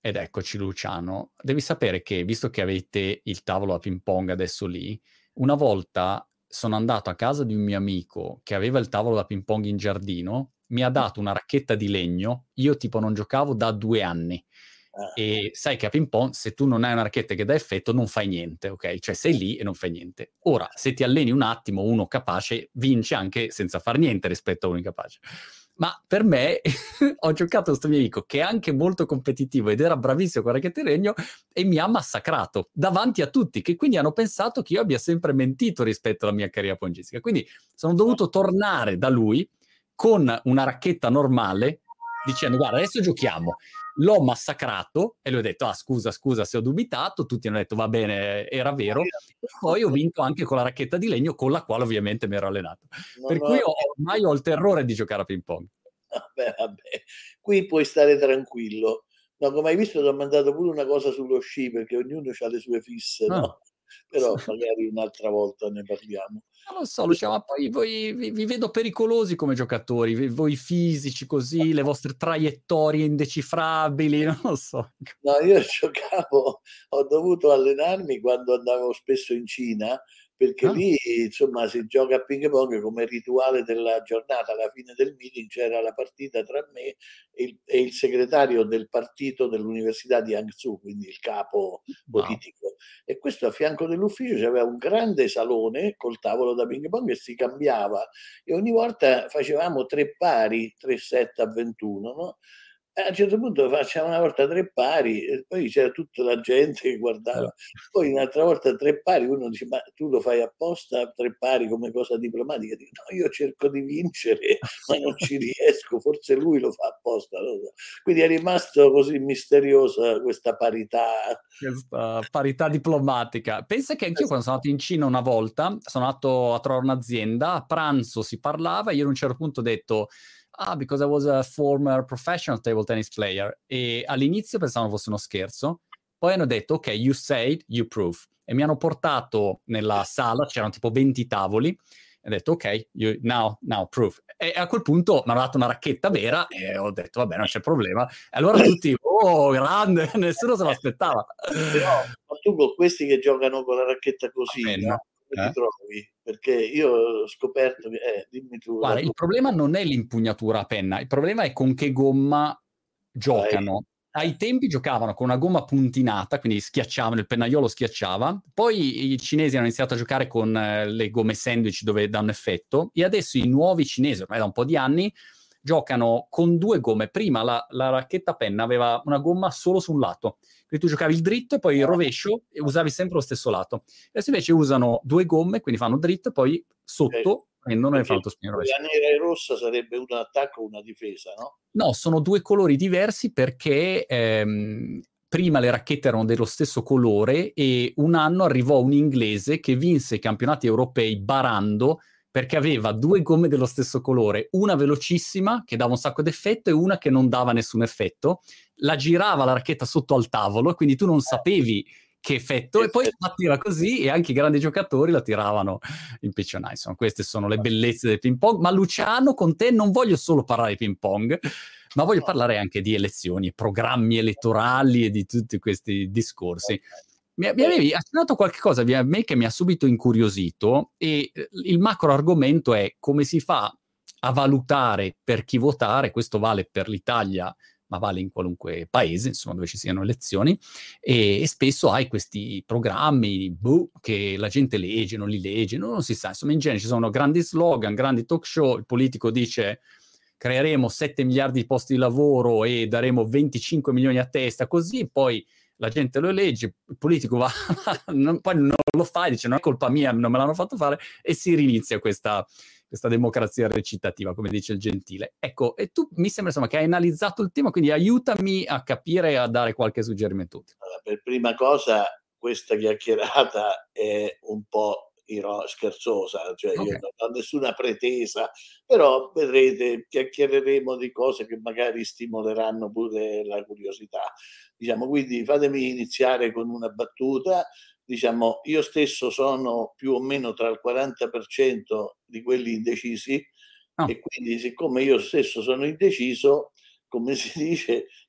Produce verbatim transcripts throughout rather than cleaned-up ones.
ed eccoci Luciano. Devi sapere che, visto che avete il tavolo a ping pong adesso lì, una volta sono andato a casa di un mio amico che aveva il tavolo da ping pong in giardino, mi ha dato una racchetta di legno, io tipo non giocavo da due anni. Ah. E sai che a ping pong, se tu non hai una racchetta che dà effetto, non fai niente, ok? Cioè sei lì e non fai niente. Ora, se ti alleni un attimo, uno capace vince anche senza far niente rispetto a uno incapace. Ma per me, ho giocato con questo mio amico che è anche molto competitivo ed era bravissimo con la racchetta di legno e mi ha massacrato davanti a tutti, che quindi hanno pensato che io abbia sempre mentito rispetto alla mia carriera pongistica. Quindi sono dovuto tornare da lui con una racchetta normale dicendo guarda adesso giochiamo. L'ho massacrato e lui ha detto ah scusa scusa se ho dubitato, tutti hanno detto va bene era vero e poi ho vinto anche con la racchetta di legno con la quale ovviamente mi ero allenato, Non per ho cui ho, ormai ho il terrore di giocare a ping pong. Vabbè, vabbè, qui puoi stare tranquillo. No, come hai visto t'ho mandato pure una cosa sullo sci, perché ognuno c'ha le sue fisse, Ah. no, però magari un'altra volta ne parliamo. Non lo so Luciano, ma poi voi vi, vi vedo pericolosi come giocatori, vi- voi fisici così, le vostre traiettorie indecifrabili, non lo so. No, io giocavo, ho dovuto allenarmi quando andavo spesso in Cina, perché Ah, lì insomma si gioca a ping pong come rituale della giornata. Alla fine del meeting c'era la partita tra me e il, e il segretario del partito dell'Università di Hangzhou, quindi il capo wow. politico. E questo a fianco dell'ufficio c'aveva un grande salone col tavolo da ping pong e si cambiava. E ogni volta facevamo tre pari, tre set a ventuno, no? E a un certo punto facciamo una volta tre pari e poi c'era tutta la gente che Eh. guardava. Poi un'altra volta tre pari, uno dice ma tu lo fai apposta tre pari come cosa diplomatica? Dico, no, io cerco di vincere ma non ci riesco, forse lui lo fa apposta. Non lo so. Quindi è rimasto così misteriosa questa parità. Questa parità diplomatica. Pensa che anch'io quando sono andato in Cina una volta, sono andato a trovare un'azienda, a pranzo si parlava, io a un certo punto ho detto ah, because I was a former professional table tennis player, e all'inizio pensavo fosse uno scherzo, poi hanno detto ok, you said, you prove, e mi hanno portato nella sala, c'erano tipo venti tavoli, e ho detto ok, you, now, now prove. E a quel punto mi hanno dato una racchetta vera e ho detto vabbè non c'è problema. E allora tutti, oh grande, nessuno se l'aspettava. Però ma tu con questi che giocano con la racchetta A così, penna, no, come ti eh? trovi? Perché io ho scoperto che eh, dimmi tu la Guarda, tua il problema non è l'impugnatura a penna, il problema è con che gomma fai giocano. eh, Ai tempi giocavano con una gomma puntinata, quindi schiacciavano, il pennaiolo schiacciava. Poi i cinesi hanno iniziato a giocare con eh, le gomme sandwich dove danno effetto, e adesso i nuovi cinesi, ormai da un po' di anni, giocano con due gomme. Prima la, la racchetta penna aveva una gomma solo su un lato, quindi tu giocavi il dritto e poi il rovescio e usavi sempre lo stesso lato. Adesso invece usano due gomme, quindi fanno dritto e poi okay. sotto prendono e fanno Perché lo spin rovescio. quella nera e rossa sarebbe un attacco o una difesa, no? No, sono due colori diversi perché ehm, prima le racchette erano dello stesso colore e un anno arrivò un inglese che vinse i campionati europei barando perché aveva due gomme dello stesso colore, una velocissima che dava un sacco d'effetto e una che non dava nessun effetto. La girava la racchetta sotto al tavolo, quindi tu non sapevi che effetto, e poi Perfetto. sbatteva così e anche i grandi giocatori la tiravano in piccionai. Insomma, queste sono le bellezze del ping pong. Ma Luciano, con te non voglio solo parlare di ping pong, ma voglio parlare anche di elezioni, programmi elettorali e di tutti questi discorsi. Mi, mi Beh, avevi accennato qualche cosa a me che mi ha subito incuriosito, e eh, il macro argomento è come si fa a valutare per chi votare. Questo vale per l'Italia, ma vale in qualunque paese, insomma, dove ci siano elezioni, e, e spesso hai questi programmi boh, che la gente legge, non li legge, non, non si sa. Insomma, in genere ci sono grandi slogan, grandi talk show, il politico dice creeremo sette miliardi di posti di lavoro e daremo venticinque milioni a testa, così poi la gente lo elegge, il politico va, non, poi non lo fa, dice non è colpa mia, non me l'hanno fatto fare, e si rinizia questa, questa democrazia recitativa, come dice il Gentile. Ecco, e tu mi sembra insomma che hai analizzato il tema, quindi aiutami a capire e a dare qualche suggerimento utile. allora, per prima cosa questa chiacchierata è un po' iro scherzosa, cioè Ok. io non ho nessuna pretesa, però vedrete, chiacchiereremo di cose che magari stimoleranno pure la curiosità. Diciamo, quindi fatemi iniziare con una battuta. Diciamo, io stesso sono più o meno tra il quaranta per cento di quelli indecisi Ah, e quindi siccome io stesso sono indeciso, come si dice,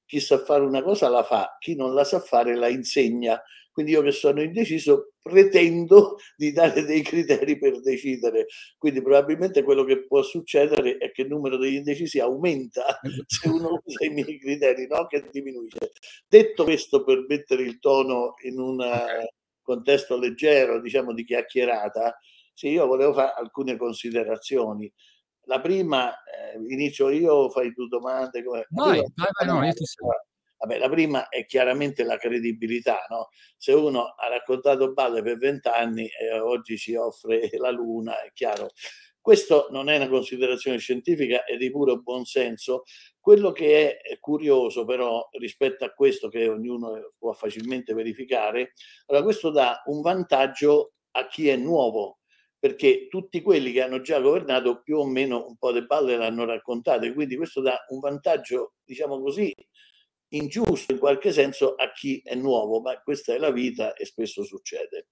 chi sa fare una cosa la fa, chi non la sa fare la insegna. Quindi io che sono indeciso pretendo di dare dei criteri per decidere. Quindi probabilmente quello che può succedere è che il numero degli indecisi aumenta se uno usa i miei criteri, non che diminuisce. Detto questo, per mettere il tono in un Okay. contesto leggero, diciamo di chiacchierata, sì, io volevo fare alcune considerazioni. La prima, eh, inizio io, fai tu domande, come... La prima, Vai, vai, vai, no, io ti seguo. vabbè, la prima è chiaramente la credibilità, no? Se uno ha raccontato balle per venti anni e oggi ci offre la luna, è chiaro. Questo non è una considerazione scientifica, è di puro buonsenso. Quello che è curioso però rispetto a questo, che ognuno può facilmente verificare, allora questo dà un vantaggio a chi è nuovo, perché tutti quelli che hanno già governato più o meno un po' di balle l'hanno raccontate, quindi questo dà un vantaggio, diciamo così, ingiusto in qualche senso a chi è nuovo, ma questa è la vita e spesso succede.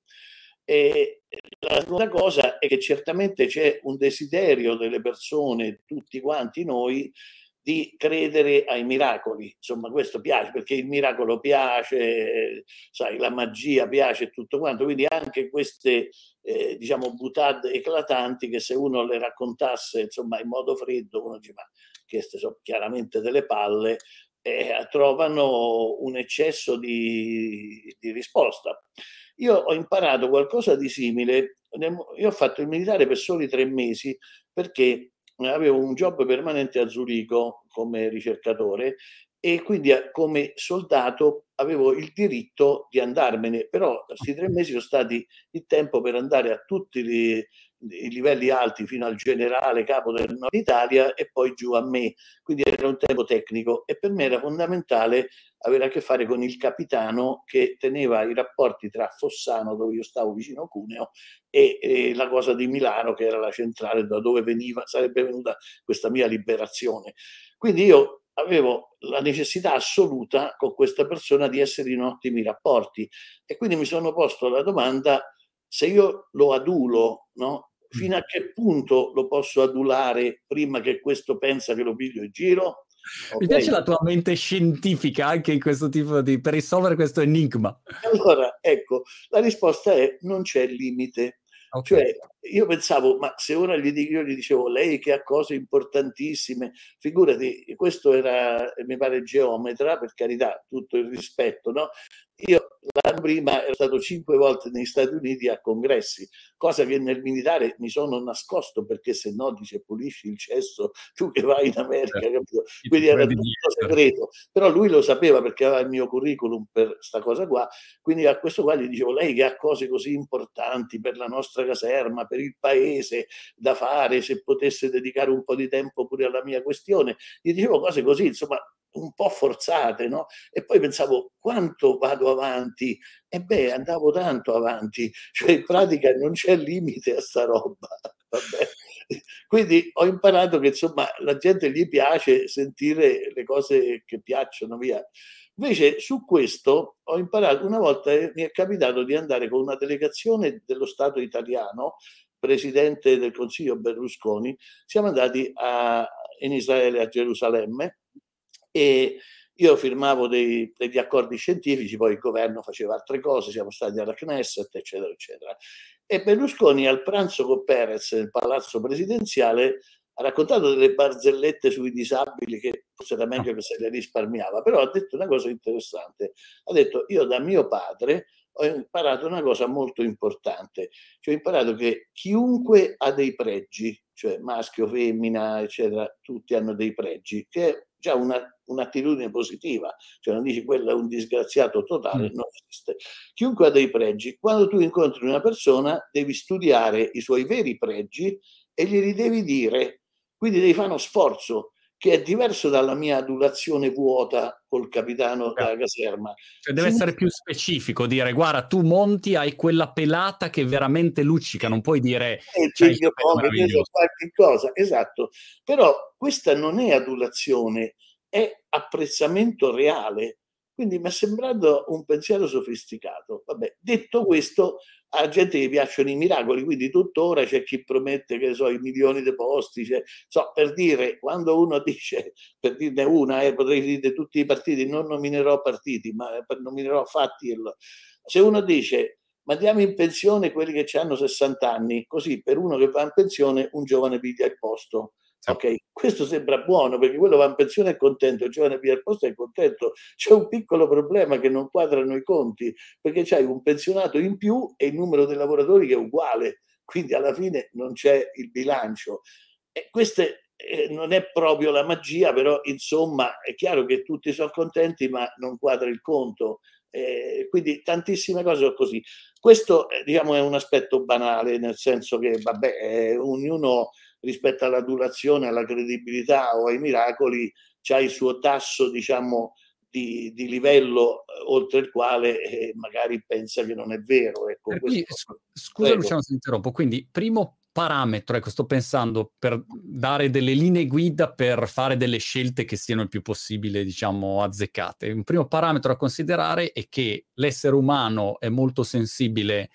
E la seconda cosa è che certamente c'è un desiderio delle persone, tutti quanti noi, di credere ai miracoli. Insomma, questo piace, perché il miracolo piace, sai, la magia piace e tutto quanto. Quindi anche queste, eh, diciamo, boutade eclatanti che se uno le raccontasse, insomma, in modo freddo, uno dice, ma queste sono chiaramente delle palle, eh, trovano un eccesso di, di risposta. Io ho imparato qualcosa di simile, io ho fatto il militare per soli tre mesi perché avevo un job permanente a Zurigo come ricercatore e quindi come soldato avevo il diritto di andarmene, però questi tre mesi sono stati il tempo per andare a tutti gli, i livelli alti fino al generale capo del Nord Italia e poi giù a me, quindi era un tempo tecnico e per me era fondamentale avere a che fare con il capitano che teneva i rapporti tra Fossano, dove io stavo vicino a Cuneo, e, e la cosa di Milano, che era la centrale da dove veniva, sarebbe venuta questa mia liberazione. Quindi io avevo la necessità assoluta con questa persona di essere in ottimi rapporti e quindi mi sono posto la domanda: se io lo adulo, no? Fino a che punto lo posso adulare prima che questo pensa che lo piglio in giro? Mi piace Okay. la tua mente scientifica anche in questo tipo di per risolvere questo enigma. Allora, ecco, la risposta è: non c'è limite. Okay. Cioè, io pensavo, ma se ora gli dico, io gli dicevo, lei che ha cose importantissime, figurati, questo era, mi pare, geometra, per carità, tutto il rispetto, no? Io l'anno prima ero stato cinque volte negli Stati Uniti a congressi, cosa che nel militare mi sono nascosto, perché se no dice pulisci il cesso, tu che vai in America, Certo. capito? Chi ti Quindi era credi tutto dietro. segreto, però lui lo sapeva perché aveva il mio curriculum per sta cosa qua, quindi a questo qua gli dicevo, lei che ha cose così importanti per la nostra caserma, per il paese da fare, se potesse dedicare un po' di tempo pure alla mia questione, gli dicevo cose così, insomma, un po' forzate, no? E poi pensavo, quanto vado avanti? E beh, andavo tanto avanti, cioè in pratica non c'è limite a sta roba, vabbè. Quindi ho imparato che insomma la gente gli piace sentire le cose che piacciono, via. Invece su questo ho imparato, una volta mi è capitato di andare con una delegazione dello Stato italiano, presidente del Consiglio Berlusconi, siamo andati a, in Israele, a Gerusalemme, e io firmavo dei, degli accordi scientifici, poi il governo faceva altre cose, siamo stati alla Knesset, eccetera, eccetera. E Berlusconi al pranzo con Perez nel palazzo presidenziale ha raccontato delle barzellette sui disabili che forse era meglio che se le risparmiava, però ha detto una cosa interessante. Ha detto, io da mio padre ho imparato una cosa molto importante, cioè ho imparato che chiunque ha dei pregi, cioè maschio, femmina, eccetera, tutti hanno dei pregi, che è già una, un'attitudine positiva, cioè non dici quello è un disgraziato totale, Mh. non esiste. Chiunque ha dei pregi, quando tu incontri una persona devi studiare i suoi veri pregi e glieli devi dire, quindi devi fare uno sforzo che è diverso dalla mia adulazione vuota col capitano della caserma. Cioè deve essere Significa più specifico, dire: "Guarda, tu monti, hai quella pelata che veramente luccica", non puoi dire: il "C'hai il ping capello pong, che so, meraviglioso". qualche cosa, esatto. Però questa non è adulazione, è apprezzamento reale. Quindi mi è sembrato un pensiero sofisticato. Vabbè, detto questo, a gente che piacciono i miracoli, quindi tuttora c'è chi promette, che so, i milioni di posti, cioè, so, per dire, quando uno dice, per dirne una, eh, potrei dire tutti i partiti, non nominerò partiti, ma nominerò fatti. Se uno dice, mandiamo in pensione quelli che hanno sessanta anni, così per uno che va in pensione un giovane piglia il posto. Sì. Ok, questo sembra buono perché quello va in pensione è contento, il giovane piglia il posto è contento. C'è un piccolo problema che non quadrano i conti, perché c'hai un pensionato in più e il numero dei lavoratori che è uguale, quindi alla fine non c'è il bilancio. E queste eh, non è proprio la magia, però insomma è chiaro che tutti sono contenti, ma non quadra il conto. Eh, quindi tantissime cose sono così. Questo eh, diciamo è un aspetto banale, nel senso che vabbè, eh, ognuno rispetto all'adulazione, alla credibilità o ai miracoli c'ha il suo tasso, diciamo, di, di livello eh, oltre il quale eh, magari pensa che non è vero. Ecco, Per cui, questo, sc- scusa prego. Luciano se ti interrompo, quindi primo parametro, ecco, sto pensando per dare delle linee guida per fare delle scelte che siano il più possibile, diciamo, azzeccate. Un primo parametro da considerare è che l'essere umano è molto sensibile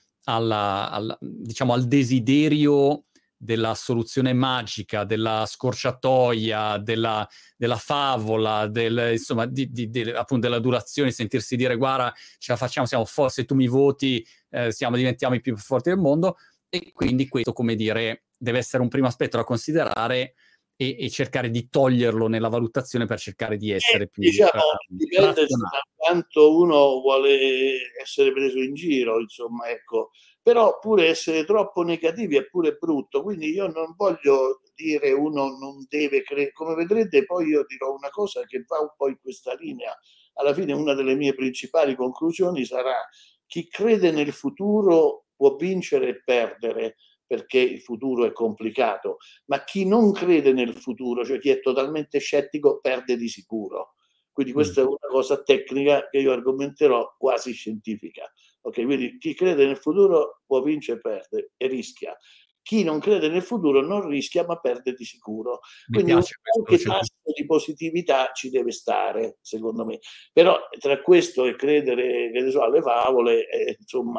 alla, alla- diciamo, al desiderio della soluzione magica, della scorciatoia, della, della favola, del, insomma, di, di- di- appunto dell'adulazione, sentirsi dire guarda, ce la facciamo, siamo forti, se tu mi voti, eh, siamo, diventiamo i più forti del mondo, e quindi questo, come dire, deve essere un primo aspetto da considerare e, e cercare di toglierlo nella valutazione per cercare di E, essere più diciamo, eh, dipende razionali. da quanto uno vuole essere preso in giro, insomma, ecco. Però pure essere troppo negativi è pure brutto, quindi io non voglio dire uno non deve credere. Come vedrete poi io dirò una cosa che va un po' in questa linea. Alla fine una delle mie principali conclusioni sarà: chi crede nel futuro può vincere e perdere, perché il futuro è complicato, ma chi non crede nel futuro, cioè chi è totalmente scettico, perde di sicuro. Quindi Mm. questa è una cosa tecnica che io argomenterò quasi scientifica. Ok, quindi chi crede nel futuro può vincere, perde e rischia. Chi non crede nel futuro non rischia, ma perde di sicuro. Mi Quindi un piace questo, qualche Luciano. tasso di positività ci deve stare, secondo me. Però tra questo e credere, che ne so, alle favole, eh, insomma,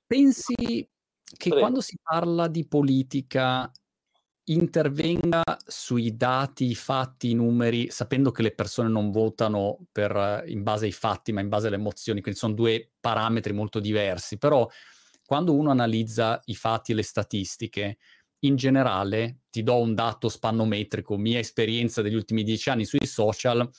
Pensi che prego. quando si parla di politica intervenga sui dati, i fatti, i numeri, sapendo che le persone non votano per, eh, in base ai fatti, ma in base alle emozioni, quindi sono due parametri molto diversi, però quando uno analizza i fatti e le statistiche, in generale, ti do un dato spannometrico, mia esperienza degli ultimi dieci anni sui social,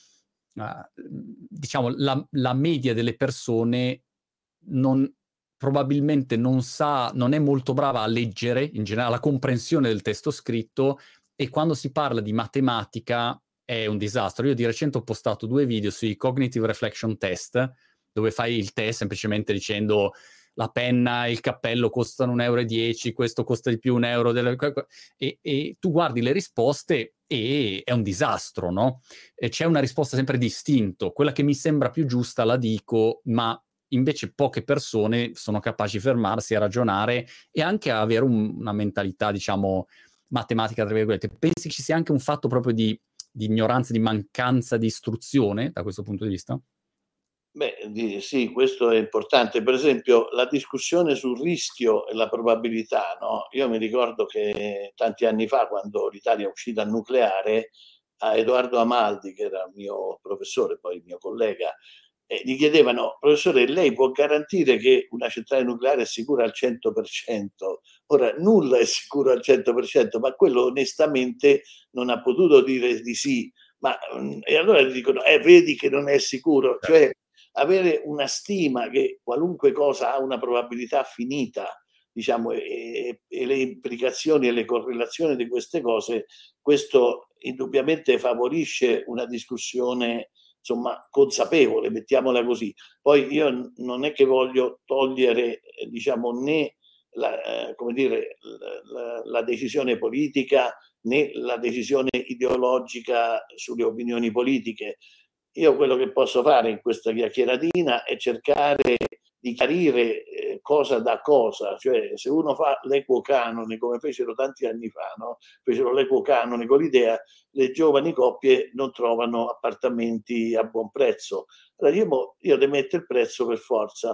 eh, diciamo, la, la media delle persone non, probabilmente non sa, non è molto brava a leggere, in generale, la comprensione del testo scritto, e quando si parla di matematica è un disastro. Io di recente ho postato due video sui Cognitive Reflection Test, dove fai il test semplicemente dicendo la penna e il cappello costano un euro e dieci, questo costa di più un euro, delle... e, e tu guardi le risposte e è un disastro, no? E c'è una risposta sempre distinto, quella che mi sembra più giusta la dico, ma invece poche persone sono capaci di fermarsi a ragionare e anche a avere un, una mentalità, diciamo, matematica, tra virgolette. Pensi ci sia anche un fatto proprio di, di ignoranza, di mancanza di istruzione da questo punto di vista? Beh, di, sì, questo è importante. Per esempio, la discussione sul rischio e la probabilità, no? Io mi ricordo che tanti anni fa, quando l'Italia è uscita al nucleare, a Edoardo Amaldi, che era il mio professore, poi il mio collega, eh, gli chiedevano: professore, lei può garantire che una centrale nucleare è sicura al cento per cento? Ora, nulla è sicuro al cento per cento, ma quello onestamente non ha potuto dire di sì. Ma, e allora gli dicono, eh, vedi che non è sicuro. Cioè, avere una stima che qualunque cosa ha una probabilità finita, diciamo, e, e le implicazioni e le correlazioni di queste cose, questo indubbiamente favorisce una discussione, insomma, consapevole, mettiamola così. Poi io non è che voglio togliere, eh, diciamo, né la, eh, come dire, la, la decisione politica né la decisione ideologica sulle opinioni politiche. Io quello che posso fare in questa chiacchieratina è cercare di chiarire eh, cosa da cosa, cioè se uno fa l'equo canone come fecero tanti anni fa, no? Fecero l'equo canone con l'idea le giovani coppie non trovano appartamenti a buon prezzo. Allora io, io devo mettere il prezzo per forza.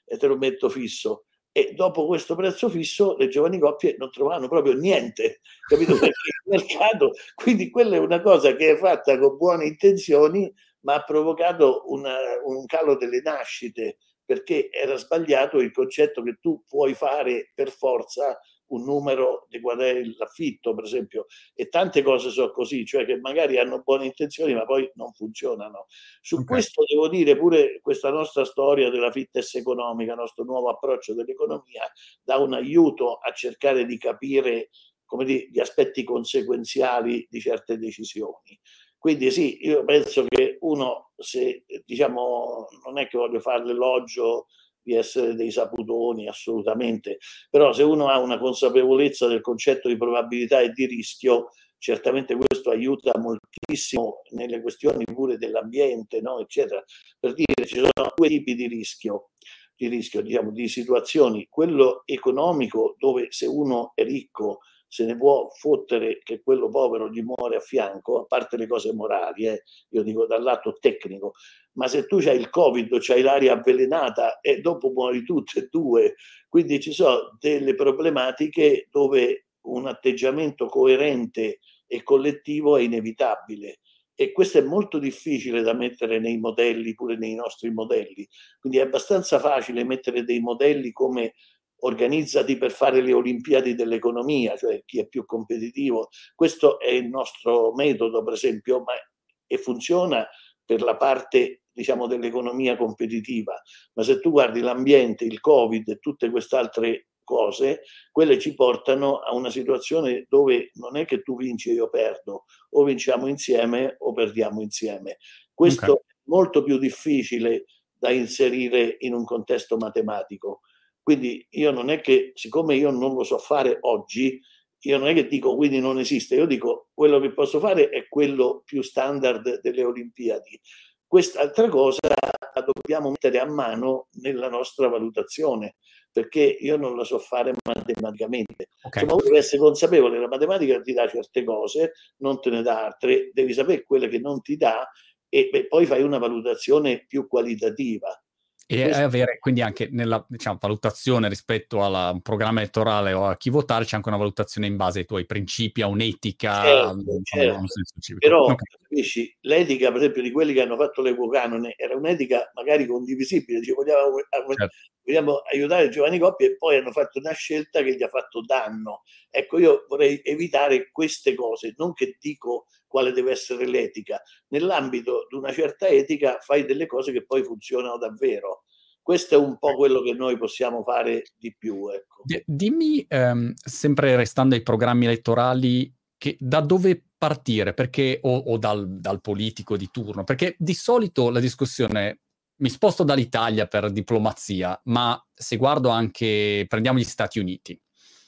e te lo metto fisso. E dopo questo prezzo fisso le giovani coppie non trovavano proprio niente, capito? Perché il mercato, quindi quella è una cosa che è fatta con buone intenzioni, ma ha provocato una, un calo delle nascite, perché era sbagliato il concetto che tu puoi fare per forza un numero di guadagni l'affitto, per esempio, e tante cose sono così, cioè che magari hanno buone intenzioni ma poi non funzionano. Su Okay. questo devo dire pure questa nostra storia della fitness economica, il nostro nuovo approccio dell'economia, dà un aiuto a cercare di capire, come dire, gli aspetti conseguenziali di certe decisioni. Quindi sì, io penso che uno, se diciamo, non è che voglio fare l'elogio di essere dei saputoni, assolutamente, però se uno ha una consapevolezza del concetto di probabilità e di rischio, certamente questo aiuta moltissimo nelle questioni pure dell'ambiente, no? Eccetera. Per dire, ci sono due tipi di rischio, di rischio, diciamo, di situazioni. Quello economico, dove se uno è ricco se ne può fottere che quello povero gli muore a fianco, a parte le cose morali, eh, io dico dal lato tecnico, ma se tu c'hai il Covid, c'hai l'aria avvelenata e dopo muori tutte e due, quindi ci sono delle problematiche dove un atteggiamento coerente e collettivo è inevitabile. E questo è molto difficile da mettere nei modelli, pure nei nostri modelli. Quindi è abbastanza facile mettere dei modelli come organizzati per fare le Olimpiadi dell'economia, cioè chi è più competitivo. Questo è il nostro metodo, per esempio, ma, e funziona per la parte, diciamo, dell'economia competitiva. Ma se tu guardi l'ambiente, il Covid e tutte queste altre cose, quelle ci portano a una situazione dove non è che tu vinci e io perdo, o vinciamo insieme o perdiamo insieme. Questo Okay. è molto più difficile da inserire in un contesto matematico. Quindi io non è che, siccome io non lo so fare oggi, io non è che dico quindi non esiste, io dico quello che posso fare è quello più standard delle Olimpiadi. Quest'altra cosa la dobbiamo mettere a mano nella nostra valutazione, perché io non la so fare matematicamente. Okay. Insomma, uno deve essere consapevole che la matematica ti dà certe cose, non te ne dà altre, devi sapere quelle che non ti dà e beh, poi fai una valutazione più qualitativa. E Questo avere quindi anche nella, diciamo, valutazione rispetto alla un programma elettorale o a chi votare, c'è anche una valutazione in base ai tuoi principi, a un'etica, a un certo, a un certo. senso civico. Però Okay. capisci, l'etica per esempio di quelli che hanno fatto l'equo canone era un'etica magari condivisibile, dice vogliamo, Certo. vogliamo aiutare le giovani coppie e poi hanno fatto una scelta che gli ha fatto danno. Ecco, io vorrei evitare queste cose, non che dico quale deve essere l'etica. Nell'ambito di una certa etica fai delle cose che poi funzionano davvero. Questo è un po' quello che noi possiamo fare di più, ecco. D dimmi, ehm, sempre restando ai programmi elettorali, che da dove partire? Perché o o dal dal politico di turno, perché di solito la discussione mi sposto dall'Italia per diplomazia, ma se guardo anche prendiamo gli Stati Uniti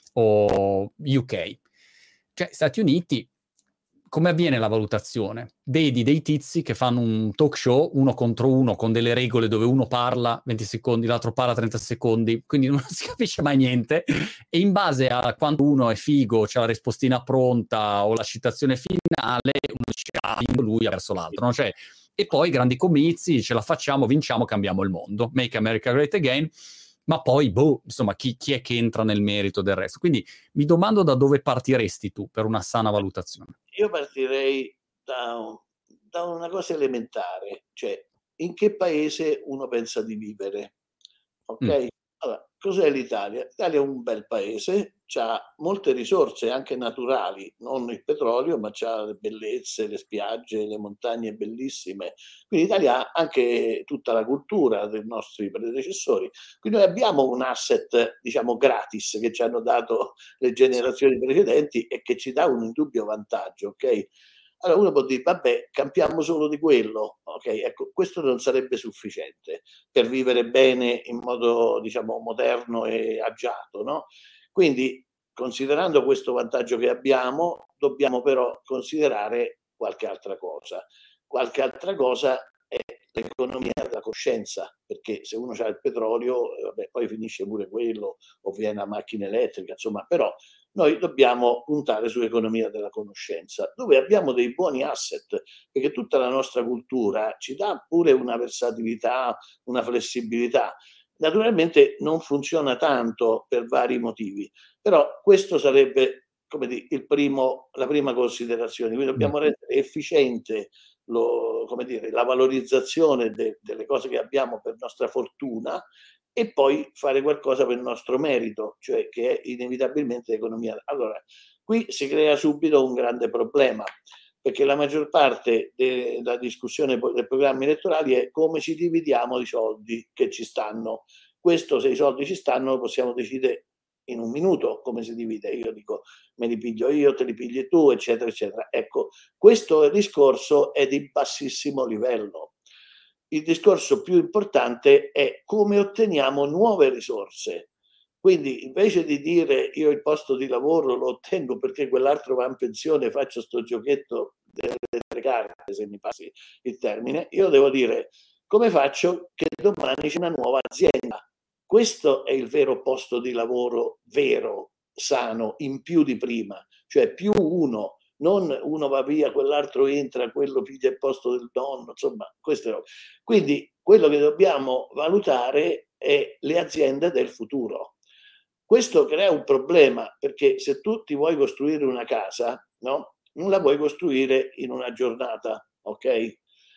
o U K. Cioè, Stati Uniti, come avviene la valutazione? Vedi dei tizi che fanno un talk show uno contro uno con delle regole dove uno parla venti secondi, l'altro parla trenta secondi, quindi non si capisce mai niente e in base a quanto uno è figo, c'ha la rispostina pronta o la citazione finale, uno dice ah, lui ha perso l'altro, no? Cioè, e poi grandi comizi, ce la facciamo, vinciamo, cambiamo il mondo. Make America Great Again. Ma poi, boh, insomma, chi, chi è che entra nel merito del resto? Quindi mi domando da dove partiresti tu per una sana valutazione. Io partirei da, da una cosa elementare, cioè in che paese uno pensa di vivere. Mm, Ok? Allora, cos'è l'Italia? L'Italia è un bel paese, ha molte risorse anche naturali, non il petrolio, ma ha le bellezze, le spiagge, le montagne bellissime. Quindi l'Italia ha anche tutta la cultura dei nostri predecessori. Quindi noi abbiamo un asset, diciamo, gratis che ci hanno dato le sì. generazioni precedenti e che ci dà un indubbio vantaggio, ok? Allora uno può dire, vabbè, campiamo solo di quello, ok? Ecco, questo non sarebbe sufficiente per vivere bene in modo, diciamo, moderno e agiato, no? Quindi, considerando questo vantaggio che abbiamo, dobbiamo però considerare qualche altra cosa. Qualche altra cosa è l'economia della coscienza, perché se uno ha il petrolio, eh, vabbè, poi finisce pure quello, o viene a macchina elettrica, insomma, però noi dobbiamo puntare sull'economia della conoscenza, dove abbiamo dei buoni asset, perché tutta la nostra cultura ci dà pure una versatilità, una flessibilità. Naturalmente non funziona tanto per vari motivi, però questo sarebbe, come dire, il primo, la prima considerazione. Quindi dobbiamo rendere efficiente lo, come dire, la valorizzazione de, delle cose che abbiamo per nostra fortuna e poi fare qualcosa per il nostro merito, cioè che è inevitabilmente l'economia. Allora, qui si crea subito un grande problema, perché la maggior parte della discussione dei programmi elettorali è come ci dividiamo i soldi che ci stanno. Questo, se i soldi ci stanno, lo possiamo decidere in un minuto come si divide. Io dico, me li piglio io, te li pigli tu, eccetera, eccetera. Ecco, questo discorso è di bassissimo livello. Il discorso più importante è come otteniamo nuove risorse. Quindi invece di dire io il posto di lavoro lo ottengo perché quell'altro va in pensione, faccio sto giochetto delle tre carte, se mi passi il termine, io devo dire come faccio che domani c'è una nuova azienda. Questo è il vero posto di lavoro vero, sano, in più di prima, cioè più uno, non uno va via, quell'altro entra, quello piglia il posto del nonno, insomma, questo. Quindi quello che dobbiamo valutare è le aziende del futuro. Questo crea un problema, perché se tu ti vuoi costruire una casa, no? Non la vuoi costruire in una giornata, ok?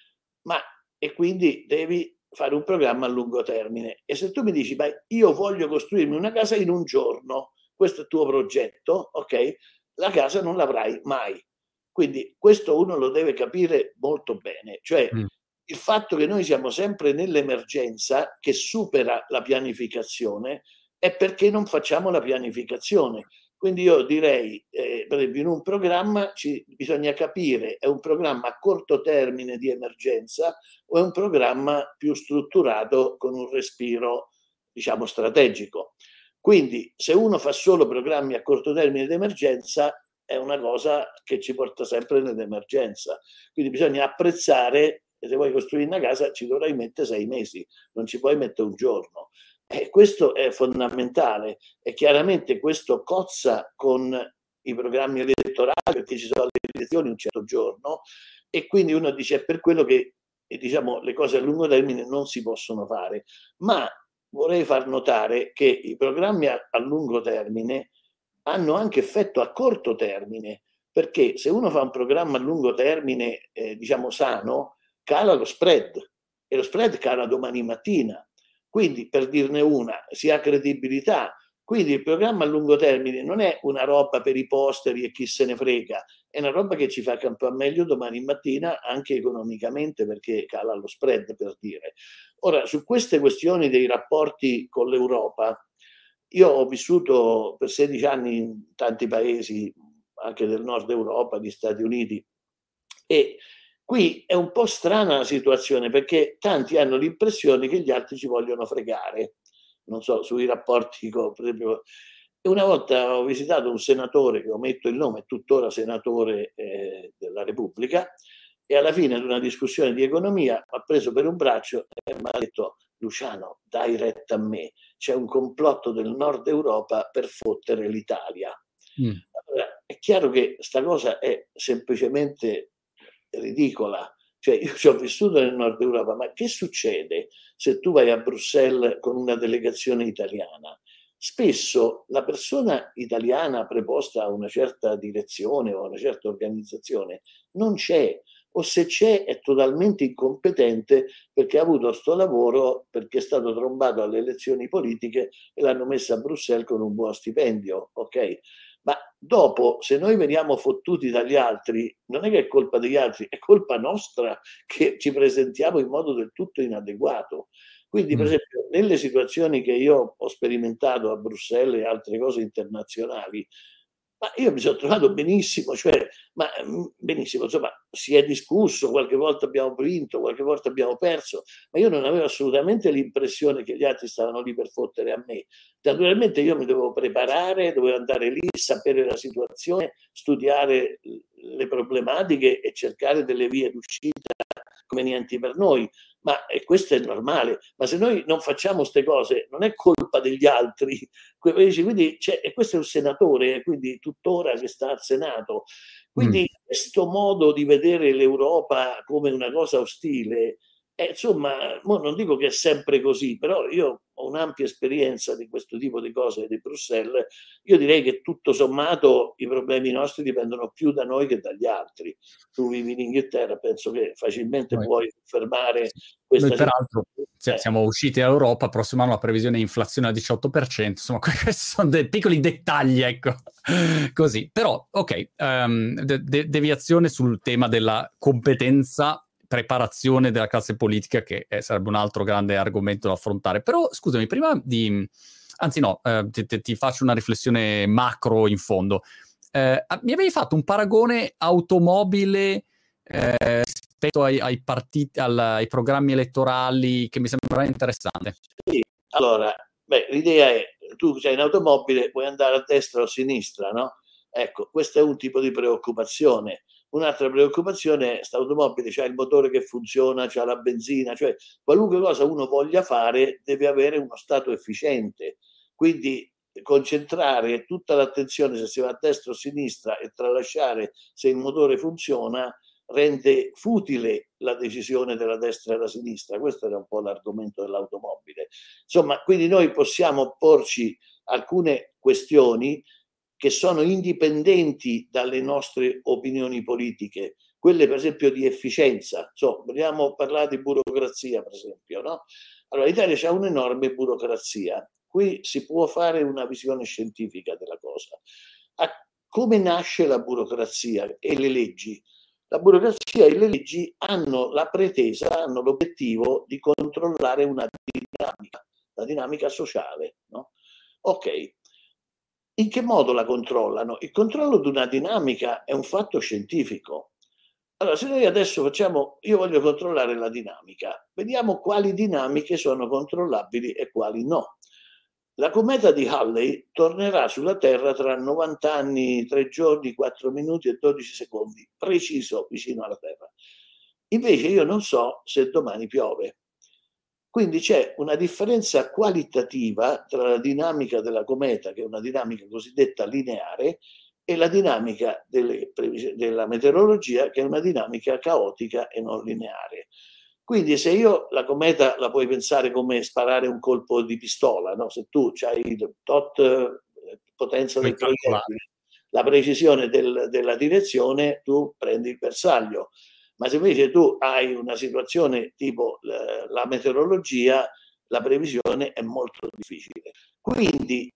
Ma e quindi devi fare un programma a lungo termine. E se tu mi dici, ma io voglio costruirmi una casa in un giorno, questo è il tuo progetto, ok? La casa non l'avrai mai. Quindi questo uno lo deve capire molto bene, cioè mm. il fatto che noi siamo sempre nell'emergenza che supera la pianificazione è perché non facciamo la pianificazione. Quindi io direi, eh, per esempio, in un programma ci, bisogna capire, è un programma a corto termine di emergenza o è un programma più strutturato con un respiro, diciamo, strategico. Quindi se uno fa solo programmi a corto termine di emergenza è una cosa che ci porta sempre nell'emergenza. Quindi bisogna apprezzare, se vuoi costruire una casa ci dovrai mettere sei mesi, non ci puoi mettere un giorno. E questo è fondamentale e chiaramente questo cozza con i programmi elettorali perché ci sono le elezioni un certo giorno e quindi uno dice è per quello che diciamo le cose a lungo termine non si possono fare, ma vorrei far notare che i programmi a, a lungo termine hanno anche effetto a corto termine, perché se uno fa un programma a lungo termine eh, diciamo sano, cala lo spread e lo spread cala domani mattina. Quindi, per dirne una, si ha credibilità. Quindi il programma a lungo termine non è una roba per i posteri e chi se ne frega, è una roba che ci fa campare meglio domani mattina anche economicamente perché cala lo spread, per dire. Ora, su queste questioni dei rapporti con l'Europa, io ho vissuto per sedici anni in tanti paesi, anche del nord Europa, gli Stati Uniti, e qui è un po' strana la situazione perché tanti hanno l'impressione che gli altri ci vogliono fregare, non so, sui rapporti con, per esempio, una volta ho visitato un senatore, che ometto il nome, è tuttora senatore eh, della Repubblica, e alla fine di una discussione di economia mi ha preso per un braccio e mi ha detto Luciano, dai retta a me, c'è un complotto del nord Europa per fottere l'Italia. Mm. Allora, è chiaro che sta cosa è semplicemente ridicola, cioè io ci ho vissuto nel nord Europa, ma che succede se tu vai a Bruxelles con una delegazione italiana? Spesso la persona italiana preposta a una certa direzione o a una certa organizzazione non c'è, o se c'è è totalmente incompetente perché ha avuto sto lavoro, perché è stato trombato alle elezioni politiche e l'hanno messa a Bruxelles con un buon stipendio, ok? Ma dopo, se noi veniamo fottuti dagli altri, non è che è colpa degli altri, è colpa nostra che ci presentiamo in modo del tutto inadeguato. Quindi, per esempio, nelle situazioni che io ho sperimentato a Bruxelles e altre cose internazionali, ma io mi sono trovato benissimo, cioè, ma benissimo, insomma, si è discusso, qualche volta abbiamo vinto, qualche volta abbiamo perso, ma io non avevo assolutamente l'impressione che gli altri stavano lì per fottere a me. Naturalmente io mi dovevo preparare, dovevo andare lì, sapere la situazione, studiare le problematiche e cercare delle vie d'uscita convenienti per noi, ma e questo è normale. Ma se noi non facciamo queste cose, non è colpa degli altri. Quindi c'è, e questo è un senatore, quindi tuttora che sta al Senato. Quindi mm. questo modo di vedere l'Europa come una cosa ostile Eh, insomma, mo non dico che è sempre così, però io ho un'ampia esperienza di questo tipo di cose di Bruxelles. Io direi che tutto sommato i problemi nostri dipendono più da noi che dagli altri. Tu vivi in Inghilterra, penso che facilmente Noi, puoi fermare noi questa peraltro situazione. si- Eh. siamo usciti dall'Europa, prossimo anno la previsione è inflazione al diciotto per cento, insomma questi sono dei piccoli dettagli, ecco, così. Però, ok, um, de- de- deviazione sul tema della competenza, preparazione della classe politica, che eh, sarebbe un altro grande argomento da affrontare. Però, scusami, prima di... Anzi no, eh, ti, ti- ti faccio una riflessione macro in fondo. Eh, mi avevi fatto un paragone automobile eh, rispetto ai, ai partiti, al, ai programmi elettorali che mi sembrava interessante. Sì, allora, beh, l'idea è, tu sei in automobile, puoi andare a destra o a sinistra, no? Ecco, questo è un tipo di preoccupazione. Un'altra preoccupazione è questa automobile, c'ha il motore che funziona, c'ha la benzina, cioè qualunque cosa uno voglia fare deve avere uno stato efficiente. Quindi concentrare tutta l'attenzione se si va a destra o a sinistra e tralasciare se il motore funziona rende futile la decisione della destra e della sinistra. Questo era un po' l'argomento dell'automobile. Insomma, quindi noi possiamo porci alcune questioni che sono indipendenti dalle nostre opinioni politiche, quelle per esempio di efficienza. So, vogliamo parlare di burocrazia, per esempio, no? Allora, l'Italia c'ha un'enorme burocrazia. Qui si può fare una visione scientifica della cosa. A come nasce la burocrazia e le leggi? La burocrazia e le leggi hanno la pretesa, hanno l'obiettivo di controllare una dinamica, la dinamica sociale. No? Ok, in che modo la controllano? Il controllo di una dinamica è un fatto scientifico. Allora, se noi adesso facciamo, io voglio controllare la dinamica, vediamo quali dinamiche sono controllabili e quali no. La cometa di Halley tornerà sulla Terra tra novanta anni, tre giorni, quattro minuti e dodici secondi, preciso vicino alla Terra. Invece io non so se domani piove. Quindi c'è una differenza qualitativa tra la dinamica della cometa, che è una dinamica cosiddetta lineare, e la dinamica delle, della meteorologia, che è una dinamica caotica e non lineare. Quindi se io la cometa la puoi pensare come sparare un colpo di pistola, no? Se tu hai il tot eh, potenza del proiettile, la precisione del, della direzione, tu prendi il bersaglio. Ma se invece tu hai una situazione tipo la, la meteorologia, la previsione è molto difficile. Quindi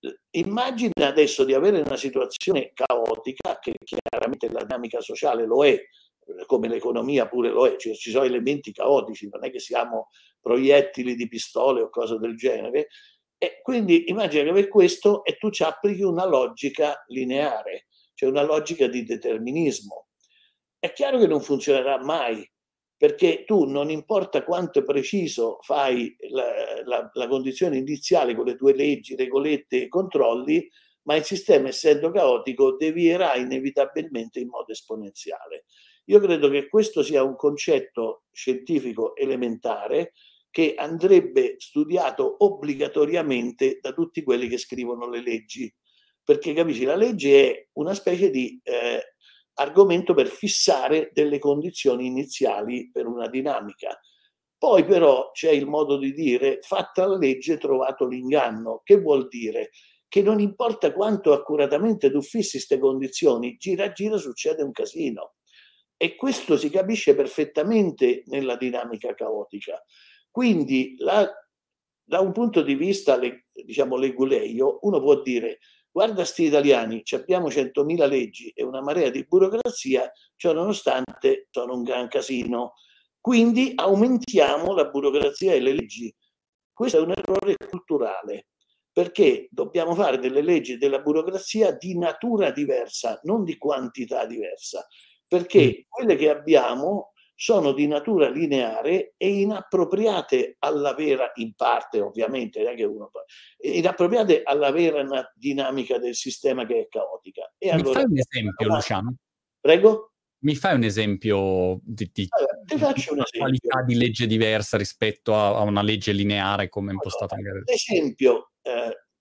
immagina adesso di avere una situazione caotica, che chiaramente la dinamica sociale lo è, come l'economia pure lo è, cioè ci sono elementi caotici, non è che siamo proiettili di pistole o cose del genere. E quindi immagina che per questo e tu ci applichi una logica lineare, cioè una logica di determinismo. È chiaro che non funzionerà mai, perché tu non importa quanto preciso fai la, la, la condizione iniziale con le tue leggi, regolette e controlli, ma il sistema, essendo caotico, devierà inevitabilmente in modo esponenziale. Io credo che questo sia un concetto scientifico elementare che andrebbe studiato obbligatoriamente da tutti quelli che scrivono le leggi, perché capisci, la legge è una specie di eh, argomento per fissare delle condizioni iniziali per una dinamica. Poi però c'è il modo di dire fatta la legge trovato l'inganno. Che vuol dire? Che non importa quanto accuratamente tu fissi queste condizioni, gira gira succede un casino. E questo si capisce perfettamente nella dinamica caotica. Quindi la, da un punto di vista, diciamo, leguleio, uno può dire guarda sti italiani, abbiamo centomila leggi e una marea di burocrazia, ciò nonostante sono un gran casino. Quindi aumentiamo la burocrazia e le leggi. Questo è un errore culturale, perché dobbiamo fare delle leggi e della burocrazia di natura diversa, non di quantità diversa, perché quelle che abbiamo sono di natura lineare e inappropriate alla vera, in parte ovviamente, non è che uno, inappropriate alla vera dinamica del sistema che è caotica. E Mi allora, fai un esempio, allora, Luciano? prego? Mi fai un esempio di, di, Allora, ti di faccio un una esempio. qualità di legge diversa rispetto a, a una legge lineare come impostata Allora, magari? ad esempio, eh,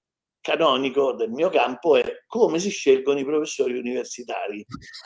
canonico del mio campo è come si scelgono i professori universitari.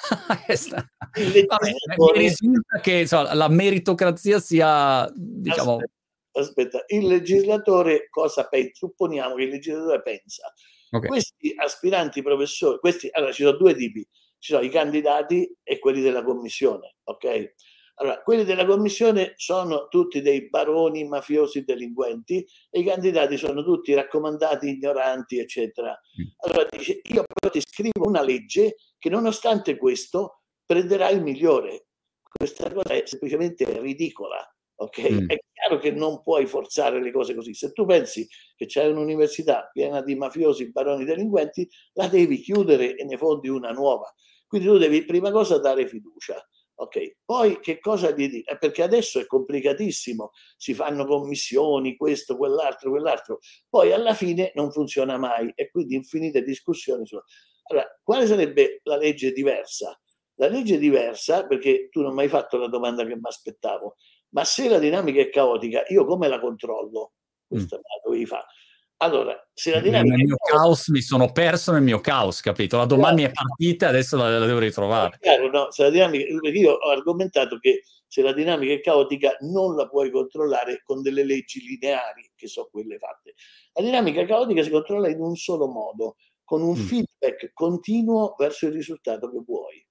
Il legislatore... Mi risulta che so, la meritocrazia sia, diciamo... Aspetta, aspetta, il legislatore cosa pensa? Supponiamo che il legislatore pensa. Okay. Questi aspiranti professori, questi, allora ci sono due tipi, ci sono i candidati e quelli della commissione, ok? Allora, quelli della commissione sono tutti dei baroni, mafiosi, delinquenti, e i candidati sono tutti raccomandati, ignoranti, eccetera. Allora dice, io però ti scrivo una legge che nonostante questo prenderà il migliore. Questa cosa è semplicemente ridicola, ok? Mm. È chiaro che non puoi forzare le cose così. Se tu pensi che c'è un'università piena di mafiosi, baroni, delinquenti, la devi chiudere e ne fondi una nuova. Quindi tu devi, prima cosa, dare fiducia. Ok, poi che cosa gli dico? Perché adesso è complicatissimo, si fanno commissioni, questo, quell'altro, quell'altro, poi alla fine non funziona mai e quindi infinite discussioni. Su... Allora, quale sarebbe la legge diversa? La legge diversa, perché tu non mi hai fatto la domanda che mi aspettavo, ma se la dinamica è caotica, io come la controllo? Questa mm. me la dovevi fare. Allora, se la dinamica nel mio è caos mi sono perso nel mio caos, capito? La domanda mi è partita, adesso la, la devo ritrovare. Chiaro, no? Se la dinamica, io ho argomentato che se la dinamica è caotica non la puoi controllare con delle leggi lineari, che sono quelle fatte. La dinamica caotica si controlla in un solo modo, con un mm. feedback continuo verso il risultato che vuoi.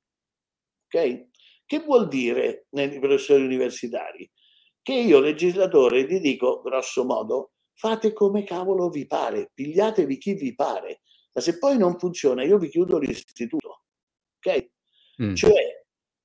Ok? Che vuol dire nei professori universitari? Che io, legislatore, ti dico, grosso modo, fate come cavolo vi pare, pigliatevi chi vi pare, ma se poi non funziona io vi chiudo l'istituto, ok? Mm. Cioè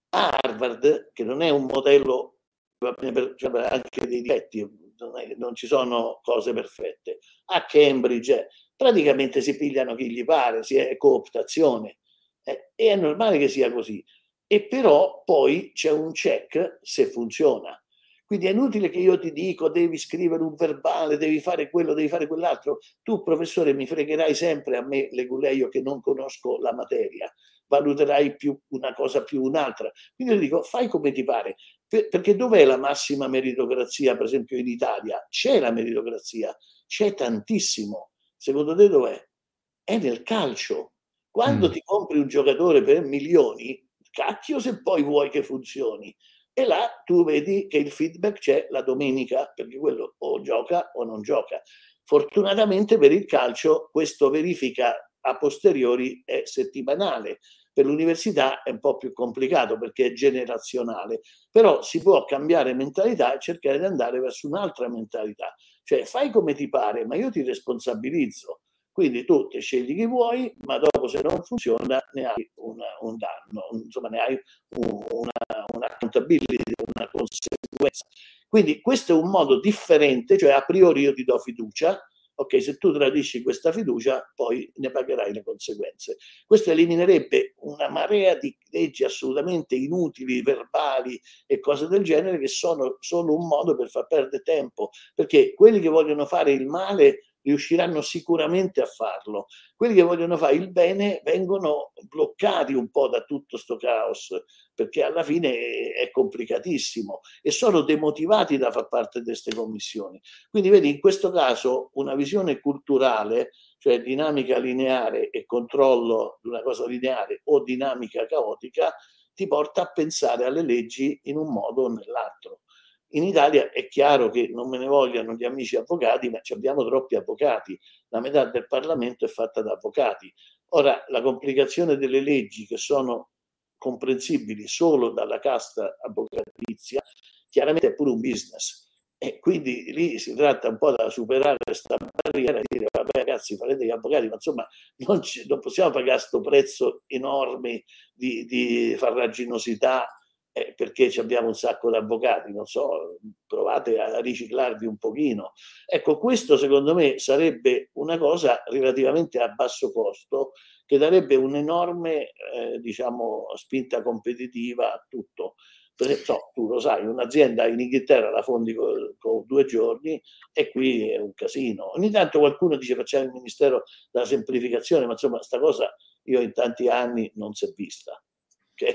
Harvard, che non è un modello, per, cioè, anche dei difetti, non, è, non ci sono cose perfette, a Cambridge eh, praticamente si pigliano chi gli pare, si è cooptazione, eh, e è normale che sia così, e però poi c'è un check se funziona. Quindi è inutile che io ti dico devi scrivere un verbale, devi fare quello, devi fare quell'altro. Tu, professore, mi fregherai sempre a me, Leguleio, che non conosco la materia, valuterai più una cosa più un'altra. Quindi io dico, fai come ti pare. Per, perché dov'è la massima meritocrazia, per esempio in Italia? C'è la meritocrazia, c'è tantissimo. Secondo te dov'è? È nel calcio. Quando mm. ti compri un giocatore per milioni, cacchio se poi vuoi che funzioni. E là tu vedi che il feedback c'è la domenica, perché quello o gioca o non gioca. Fortunatamente per il calcio questo verifica a posteriori è settimanale. Per l'università è un po' più complicato perché è generazionale, però si può cambiare mentalità e cercare di andare verso un'altra mentalità. Cioè fai come ti pare, ma io ti responsabilizzo. Quindi tu ti scegli chi vuoi, ma dopo se non funziona ne hai una, un danno, insomma ne hai un, una, una accountability, una conseguenza. Quindi questo è un modo differente, cioè a priori io ti do fiducia, ok, se tu tradisci questa fiducia poi ne pagherai le conseguenze. Questo eliminerebbe una marea di leggi assolutamente inutili, verbali e cose del genere che sono solo un modo per far perdere tempo, perché quelli che vogliono fare il male riusciranno sicuramente a farlo. Quelli che vogliono fare il bene vengono bloccati un po' da tutto sto caos, perché alla fine è complicatissimo e sono demotivati da far parte di queste commissioni. Quindi vedi, in questo caso una visione culturale, cioè dinamica lineare e controllo di una cosa lineare o dinamica caotica, ti porta a pensare alle leggi in un modo o nell'altro. In Italia è chiaro che non me ne vogliano gli amici avvocati, ma abbiamo troppi avvocati. La metà del Parlamento è fatta da avvocati. Ora, la complicazione delle leggi che sono comprensibili solo dalla casta avvocatizia, chiaramente è pure un business. E quindi lì si tratta un po' da superare questa barriera e dire, vabbè ragazzi, farete gli avvocati, ma insomma non, ci, non possiamo pagare questo prezzo enorme di, di farraginosità, Eh, perché abbiamo un sacco di avvocati, non so, provate a riciclarvi un pochino. Ecco, questo secondo me sarebbe una cosa relativamente a basso costo che darebbe un'enorme, eh, diciamo, spinta competitiva a tutto. Per esempio, so, tu lo sai, un'azienda in Inghilterra la fondi con, con due giorni e qui è un casino. Ogni tanto qualcuno dice facciamo il Ministero della Semplificazione, ma insomma, sta cosa io in tanti anni non si è vista. Okay?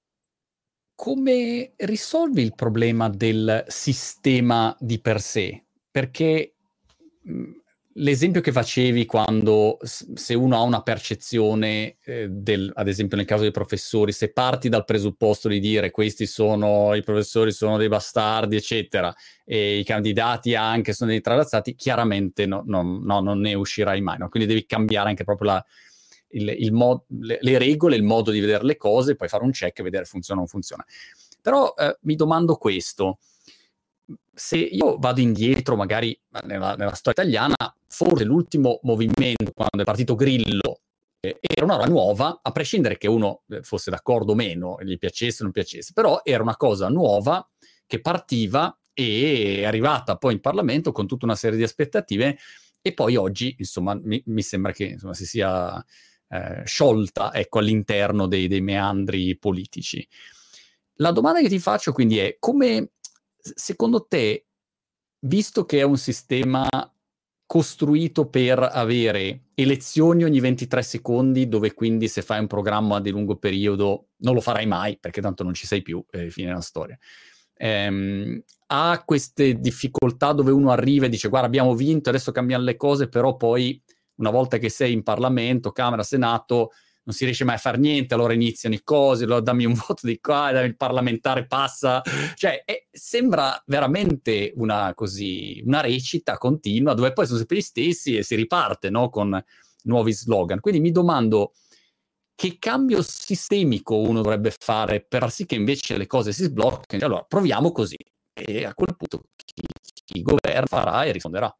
Come risolvi il problema del sistema di per sé? Perché mh, l'esempio che facevi quando se uno ha una percezione eh, del, ad esempio nel caso dei professori, se parti dal presupposto di dire questi sono, i professori sono dei bastardi, eccetera, e i candidati anche sono dei tralasciati, chiaramente no, no, no, non ne uscirai mai, no? Quindi devi cambiare anche proprio la, il, il mod, le, le regole, il modo di vedere le cose, poi fare un check e vedere funziona o non funziona. Però eh, mi domando questo: se io vado indietro magari nella, nella storia italiana, forse l'ultimo movimento quando è partito Grillo eh, era una roba nuova, a prescindere che uno eh, fosse d'accordo o meno, gli piacesse o non piacesse, però era una cosa nuova che partiva e è arrivata poi in Parlamento con tutta una serie di aspettative, e poi oggi insomma mi, mi sembra che insomma, si sia eh, sciolta, ecco, all'interno dei, dei meandri politici. La domanda che ti faccio quindi è: come, secondo te, visto che è un sistema costruito per avere elezioni ogni ventitré secondi, dove quindi se fai un programma di lungo periodo non lo farai mai, perché tanto non ci sei più, e fine la storia, ehm, ha queste difficoltà dove uno arriva e dice guarda abbiamo vinto, adesso cambiano le cose, però poi una volta che sei in Parlamento, Camera, Senato, non si riesce mai a fare niente, allora iniziano i cosi, allora dammi un voto di qua, il parlamentare passa, cioè è, sembra veramente una, così, una recita continua, dove poi sono sempre gli stessi e si riparte, no? Con nuovi slogan. Quindi mi domando che cambio sistemico uno dovrebbe fare per far sì che invece le cose si sbloccano. Allora proviamo così, e a quel punto chi, chi governa farà e risponderà.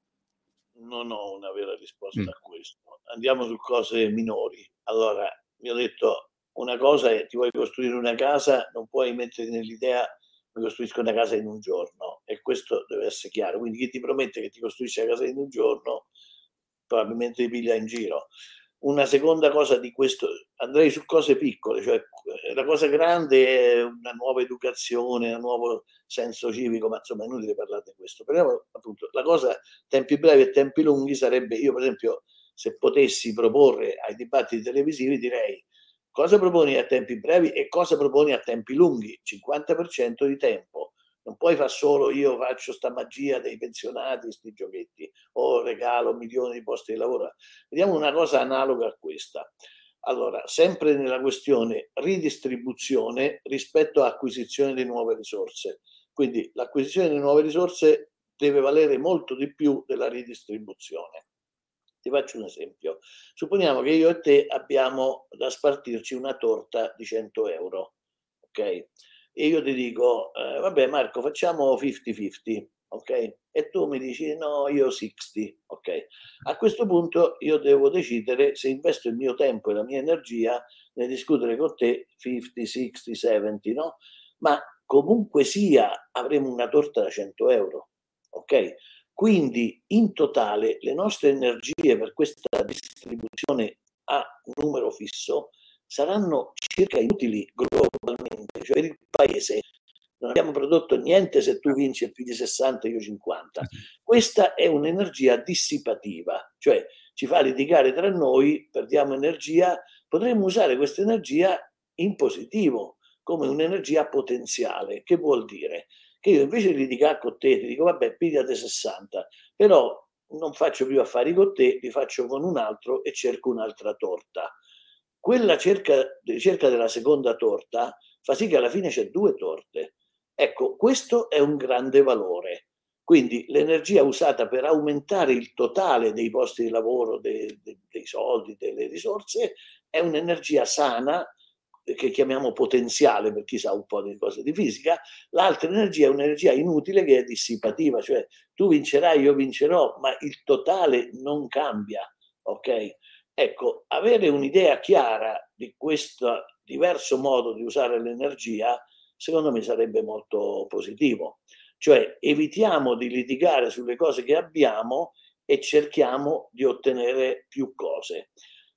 Non ho una vera risposta Mm. a questo. Andiamo su cose minori. Allora, vi ho detto, una cosa è: ti vuoi costruire una casa, non puoi mettere nell'idea mi costruisco una casa in un giorno, e questo deve essere chiaro. Quindi chi ti promette che ti costruisce la casa in un giorno probabilmente ti piglia in giro. Una seconda cosa di questo, andrei su cose piccole, cioè la cosa grande è una nuova educazione, un nuovo senso civico, ma insomma è inutile parlare di questo. Però appunto la cosa tempi brevi e tempi lunghi sarebbe: io per esempio, se potessi proporre ai dibattiti televisivi, direi cosa proponi a tempi brevi e cosa proponi a tempi lunghi, cinquanta per cento di tempo. Non puoi fare solo io faccio sta magia dei pensionati, sti giochetti, o regalo milioni di posti di lavoro. Vediamo una cosa analoga a questa. Allora, sempre nella questione ridistribuzione rispetto a acquisizione di nuove risorse. Quindi l'acquisizione di nuove risorse deve valere molto di più della ridistribuzione. Ti faccio un esempio. Supponiamo che io e te abbiamo da spartirci una torta di cento euro, ok? E io ti dico, eh, vabbè Marco, facciamo cinquanta cinquanta, ok? E tu mi dici, no, io sessanta, ok? A questo punto io devo decidere se investo il mio tempo e la mia energia nel discutere con te cinquanta, sessanta, settanta, no? Ma comunque sia avremo una torta da cento euro, ok? Quindi in totale le nostre energie per questa distribuzione a numero fisso saranno circa inutili globalmente, cioè per il paese non abbiamo prodotto niente se tu vinci e pigli sessanta e io cinquanta. Questa è un'energia dissipativa, cioè ci fa litigare tra noi, perdiamo energia. Potremmo usare questa energia in positivo, come un'energia potenziale. Che vuol dire? Che io invece di litigare con te ti dico vabbè pigliate sessanta, però non faccio più affari con te, li faccio con un altro e cerco un'altra torta. Quella cerca, ricerca della seconda torta fa sì che alla fine c'è due torte. Ecco, questo è un grande valore. Quindi l'energia usata per aumentare il totale dei posti di lavoro, dei, dei, dei soldi, delle risorse, è un'energia sana, che chiamiamo potenziale per chi sa un po' di cose di fisica. L'altra energia è un'energia inutile che è dissipativa, cioè tu vincerai, io vincerò, ma il totale non cambia, ok? Ecco, avere un'idea chiara di questo diverso modo di usare l'energia, secondo me sarebbe molto positivo. Cioè evitiamo di litigare sulle cose che abbiamo e cerchiamo di ottenere più cose.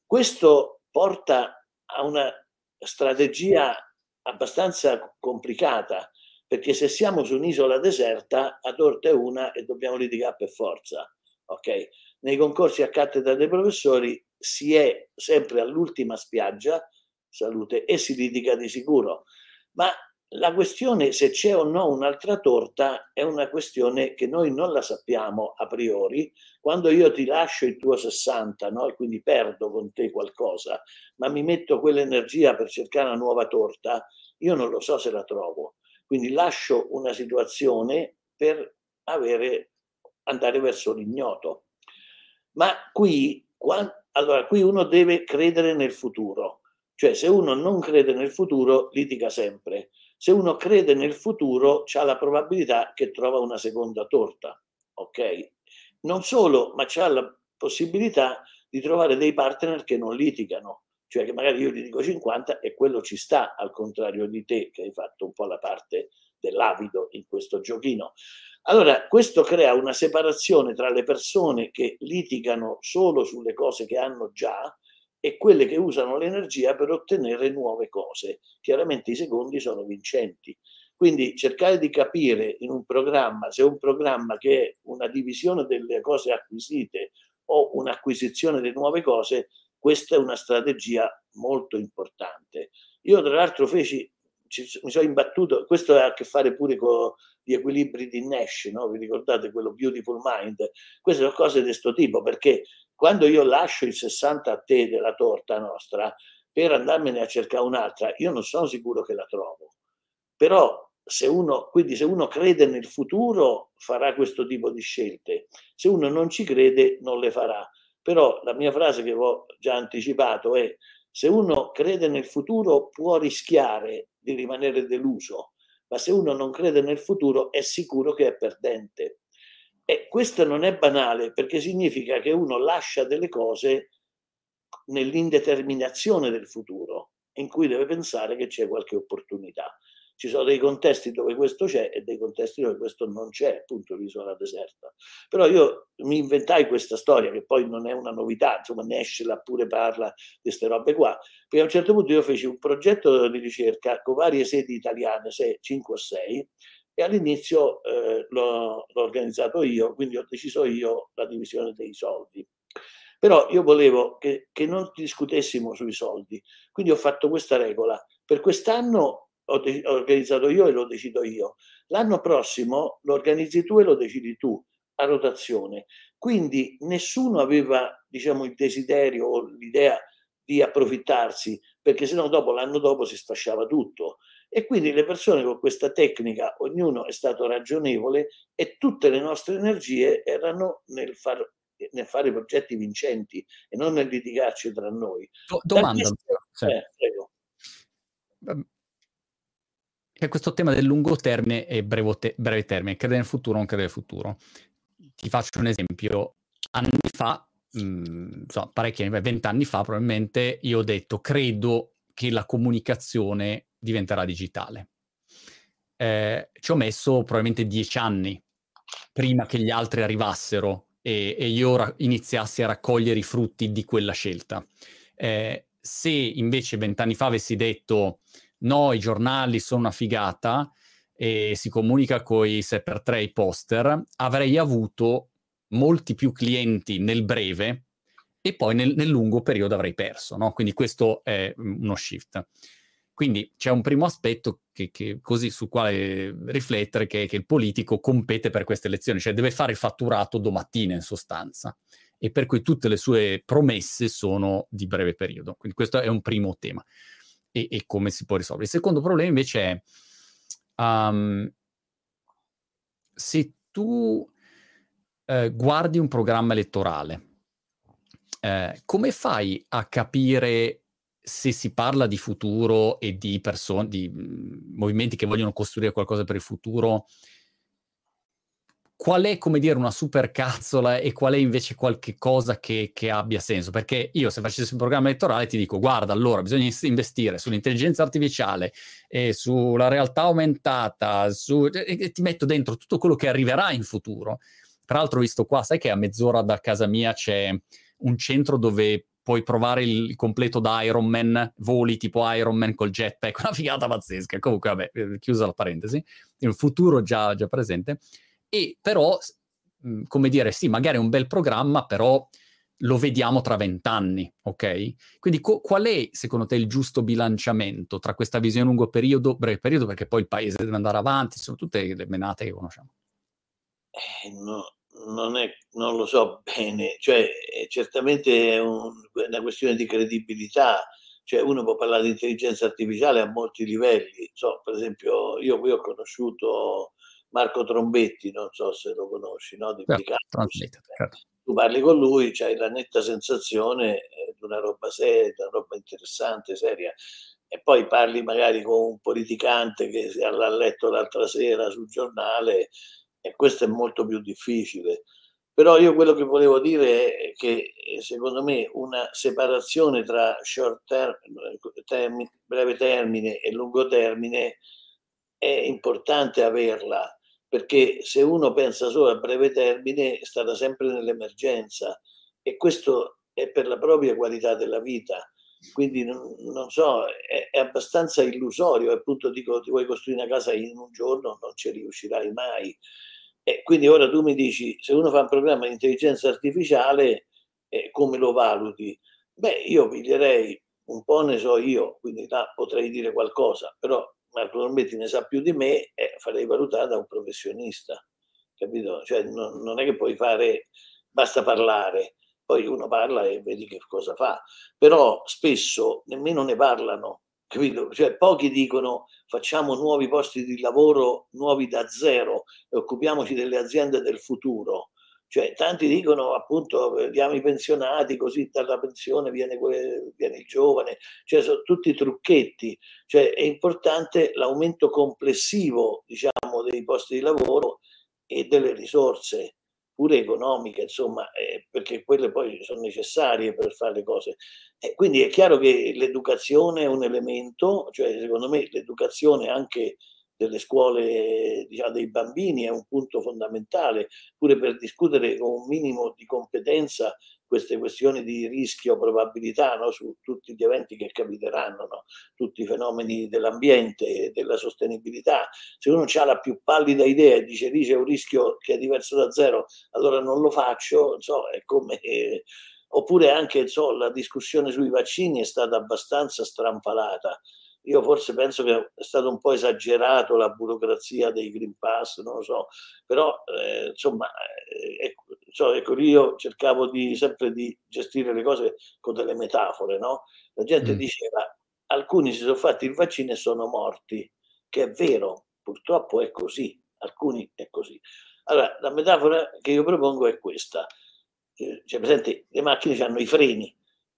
Questo porta a una strategia abbastanza complicata, perché se siamo su un'isola deserta, a torta è una e dobbiamo litigare per forza, ok? Nei concorsi a cattedra dei professori si è sempre all'ultima spiaggia, salute, e si litiga di sicuro, ma la questione se c'è o no un'altra torta è una questione che noi non la sappiamo a priori. Quando io ti lascio il tuo sessanta, no, e quindi perdo con te qualcosa, ma mi metto quell'energia per cercare una nuova torta, io non lo so se la trovo. Quindi lascio una situazione per avere andare verso l'ignoto. Ma qui qua allora qui uno deve credere nel futuro. Cioè se uno non crede nel futuro litiga sempre. Se uno crede nel futuro c'ha la probabilità che trova una seconda torta, okay? Non solo, ma c'ha la possibilità di trovare dei partner che non litigano, cioè che magari io gli dico cinquanta e quello ci sta, al contrario di te che hai fatto un po' la parte dell'avido in questo giochino. Allora, questo crea una separazione tra le persone che litigano solo sulle cose che hanno già e quelle che usano l'energia per ottenere nuove cose. Chiaramente i secondi sono vincenti. Quindi cercare di capire in un programma se è un programma che è una divisione delle cose acquisite o un'acquisizione di nuove cose, questa è una strategia molto importante. Io tra l'altro feci, ci, mi sono imbattuto, questo ha a che fare pure con gli equilibri di Nash, no? Vi ricordate quello Beautiful Mind? Queste sono cose di questo tipo, perché quando io lascio il sessanta a te della torta nostra per andarmene a cercare un'altra, io non sono sicuro che la trovo. Però se uno, quindi se uno crede nel futuro farà questo tipo di scelte, se uno non ci crede non le farà. Però la mia frase che ho già anticipato è: se uno crede nel futuro può rischiare di rimanere deluso, ma se uno non crede nel futuro è sicuro che è perdente. E questo non è banale, perché significa che uno lascia delle cose nell'indeterminazione del futuro, in cui deve pensare che c'è qualche opportunità. Ci sono dei contesti dove questo c'è e dei contesti dove questo non c'è, appunto l'isola deserta. Però io mi inventai questa storia, che poi non è una novità, insomma Nash la pure parla di queste robe qua, perché a un certo punto io feci un progetto di ricerca con varie sedi italiane, cinque o sei, e all'inizio eh, l'ho, l'ho organizzato io, quindi ho deciso io la divisione dei soldi. Però io volevo che, che non discutessimo sui soldi, quindi ho fatto questa regola. Per quest'anno ho, de- ho organizzato io e lo decido io. L'anno prossimo lo organizzi tu e lo decidi tu, a rotazione. Quindi nessuno aveva, diciamo, il desiderio o l'idea di approfittarsi, perché sennò dopo l'anno dopo si sfasciava tutto. E quindi le persone con questa tecnica, ognuno è stato ragionevole e tutte le nostre energie erano nel far nel fare progetti vincenti e non nel litigarci tra noi. Do- Da domanda, questo, sì. eh, prego. C'è questo tema del lungo termine e brevo te- breve termine, credere nel futuro o non credere nel futuro. Ti faccio un esempio. Anni fa, mh, insomma, parecchi anni fa, vent'anni fa probabilmente, io ho detto credo che la comunicazione diventerà digitale. Eh, ci ho messo probabilmente dieci anni prima che gli altri arrivassero e, e io ra- iniziassi a raccogliere i frutti di quella scelta. Eh, se invece vent'anni fa avessi detto no, i giornali sono una figata e si comunica con i sei per tre, i poster, avrei avuto molti più clienti nel breve e poi nel, nel lungo periodo avrei perso, no? Quindi questo è uno shift. Quindi c'è un primo aspetto che, che così sul quale riflettere, che, che il politico compete per queste elezioni, cioè deve fare il fatturato domattina in sostanza, e per cui tutte le sue promesse sono di breve periodo. Quindi questo è un primo tema. E, e come si può risolvere. Il secondo problema invece è um, se tu eh, guardi un programma elettorale, eh, come fai a capire se si parla di futuro e di persone, di mh, movimenti che vogliono costruire qualcosa per il futuro, qual è, come dire, una supercazzola e qual è invece qualche cosa che, che abbia senso? Perché io, se facessi un programma elettorale, ti dico, guarda, allora, bisogna investire sull'intelligenza artificiale, e sulla realtà aumentata, su, e, e ti metto dentro tutto quello che arriverà in futuro. Tra l'altro, ho visto qua, sai che a mezz'ora da casa mia c'è un centro dove puoi provare il completo da Iron Man, voli tipo Iron Man col jetpack, una figata pazzesca. Comunque, vabbè, chiusa la parentesi, il futuro già, già presente. E però, come dire, sì, magari è un bel programma, però lo vediamo tra vent'anni, ok? Quindi co- qual è, secondo te, il giusto bilanciamento tra questa visione lungo periodo, breve periodo, perché poi il paese deve andare avanti, sono tutte le menate che conosciamo. Eh, no, non è non lo so bene, cioè, ehm, certamente è un è una questione di credibilità, cioè uno può parlare di intelligenza artificiale a molti livelli. So, per esempio, io qui ho conosciuto Marco Trombetti, non so se lo conosci, no, di di Certo, Campus. translated, certo. Tu parli con lui, c'hai la netta sensazione, ehm, di una roba seria, una roba interessante, seria, e poi parli magari con un politicante che se l'ha letto l'altra sera sul giornale, e questo è molto più difficile. Però io quello che volevo dire è che, ehm, secondo me una separazione tra short term termi breve termine e lungo termine è importante averla, perché se uno pensa solo a breve termine starà sempre nell'emergenza, e questo è per la propria qualità della vita. Quindi non non so, è è abbastanza illusorio. Appunto dico, ti vuoi costruire una casa in un giorno, non ci riuscirai mai. E quindi ora tu mi dici, se uno fa un programma di intelligenza artificiale, ehm, come lo valuti? Beh, io piglierei un po' ne so io, quindi là potrei dire qualcosa, però Marco Trombetti ne sa più di me e farei valutare da un professionista, capito? Cioè non non è che puoi fare, basta parlare, poi uno parla e vedi che cosa fa. Però spesso nemmeno ne parlano, capito? Cioè pochi dicono: "Facciamo nuovi posti di lavoro, nuovi da zero e occupiamoci delle aziende del futuro." Cioè tanti dicono appunto: "Eh, diamo i pensionati, così dalla pensione viene que viene il giovane." Cioè so' tutti trucchetti. Cioè è importante l'aumento complessivo, diciamo, dei posti di lavoro e delle risorse, pure economiche, insomma, ehm, perché quelle poi son necessarie per fare le cose. E quindi è chiaro che l'educazione è un elemento, cioè secondo me l'educazione anche delle scuole, diciamo dei bambini, è un punto fondamentale, pure per discutere con un minimo di competenza queste questioni di rischio, probabilità, no, su tutti gli eventi che capiteranno, no, tutti i fenomeni dell'ambiente e della sostenibilità. Se uno c'ha la più pallida idea e dice: "Lì c'è un rischio che è diverso da zero, allora non lo faccio", non so, è come eh, oppure anche, so, la discussione sui vaccini è stata abbastanza strampalata. Io forse penso che è stato un po' esagerato la burocrazia dei Green Pass, non lo so, però, ehm, insomma, ehm, ecco, so, ecco lì io cercavo di sempre di gestire le cose con delle metafore, no, la gente Mh. diceva: "Alcuni si son fatti il vaccino e sono morti", che è vero, purtroppo è così, alcuni è così. Allora, la metafora che io propongo è questa: ehm, cioè presente le macchine c'hanno i freni,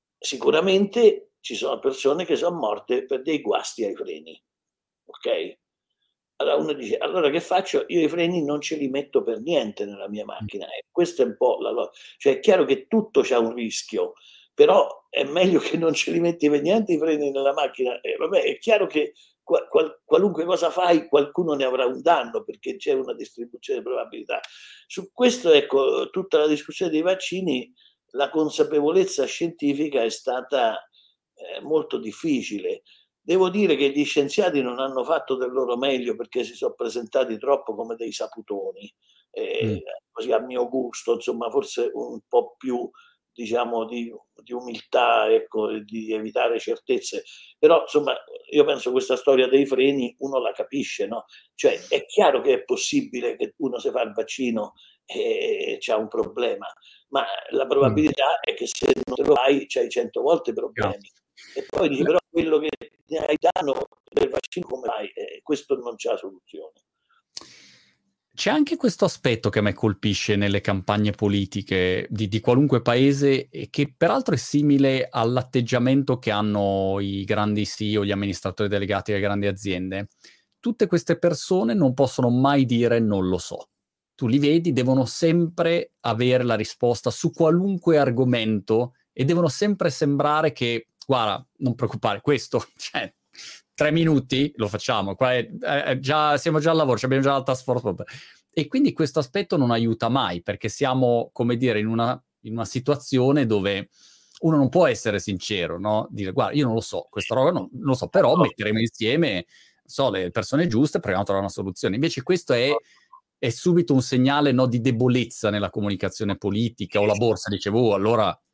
sicuramente ci sono persone che son morte per dei guasti ai freni, okay? Allora uno dice: "Allora che faccio? Io i freni non ce li metto per niente nella mia Mh. macchina." E questa è un po' la lo cioè è chiaro che tutto c'ha un rischio, però è meglio che non ce li metti per niente i freni nella macchina. E vabbè, è chiaro che qua qual qualunque cosa fai qualcuno ne avrà un danno, perché c'è una distribuzione di probabilità. Su questo, ecco, tutta la discussione dei vaccini, la consapevolezza scientifica è stata, ehm, molto difficile. Devo dire che gli scienziati non hanno fatto del loro meglio, perché si so' presentati troppo come dei saputoni, ehm, Mh. così a mio gusto, insomma, forse un po' più, diciamo, di di umiltà, ecco, e di evitare certezze. Però, insomma, io penso questa storia dei freni uno la capisce, no, cioè è chiaro che è possibile che uno se fa il vaccino e c'ha un problema, ma la Mh. probabilità è che se non te lo fai c'hai cento volte Chiaro. problemi. E poi dici: L "Però quello che ne hai danno del vaccino come fai?" E questo non c'ha soluzione. C'è anche questo aspetto che a me colpisce nelle campagne politiche di di qualunque paese e che peraltro è simile all'atteggiamento che hanno i grandi C E O, gli amministratori delegati delle grandi aziende. Tutte queste persone non possono mai dire: "Non lo so". Tu li vedi, devono sempre avere la risposta su qualunque argomento e devono sempre sembrare che: "Guarda, non preoccupare, questo, cioè tre minuti lo facciamo, qua è è già siamo già al lavoro, c'abbiamo già la task force", vabbè. E quindi questo aspetto non aiuta mai, perché siamo, come dire, in una in una situazione dove uno non può essere sincero, no, dire: "Guarda, io non lo so, questa roba no non lo so, però metteremo insieme, so, le persone giuste, proviamo a trovare una soluzione." Invece questo è è subito un segnale, no, di debolezza nella comunicazione politica, o la borsa dice: "Oh, allora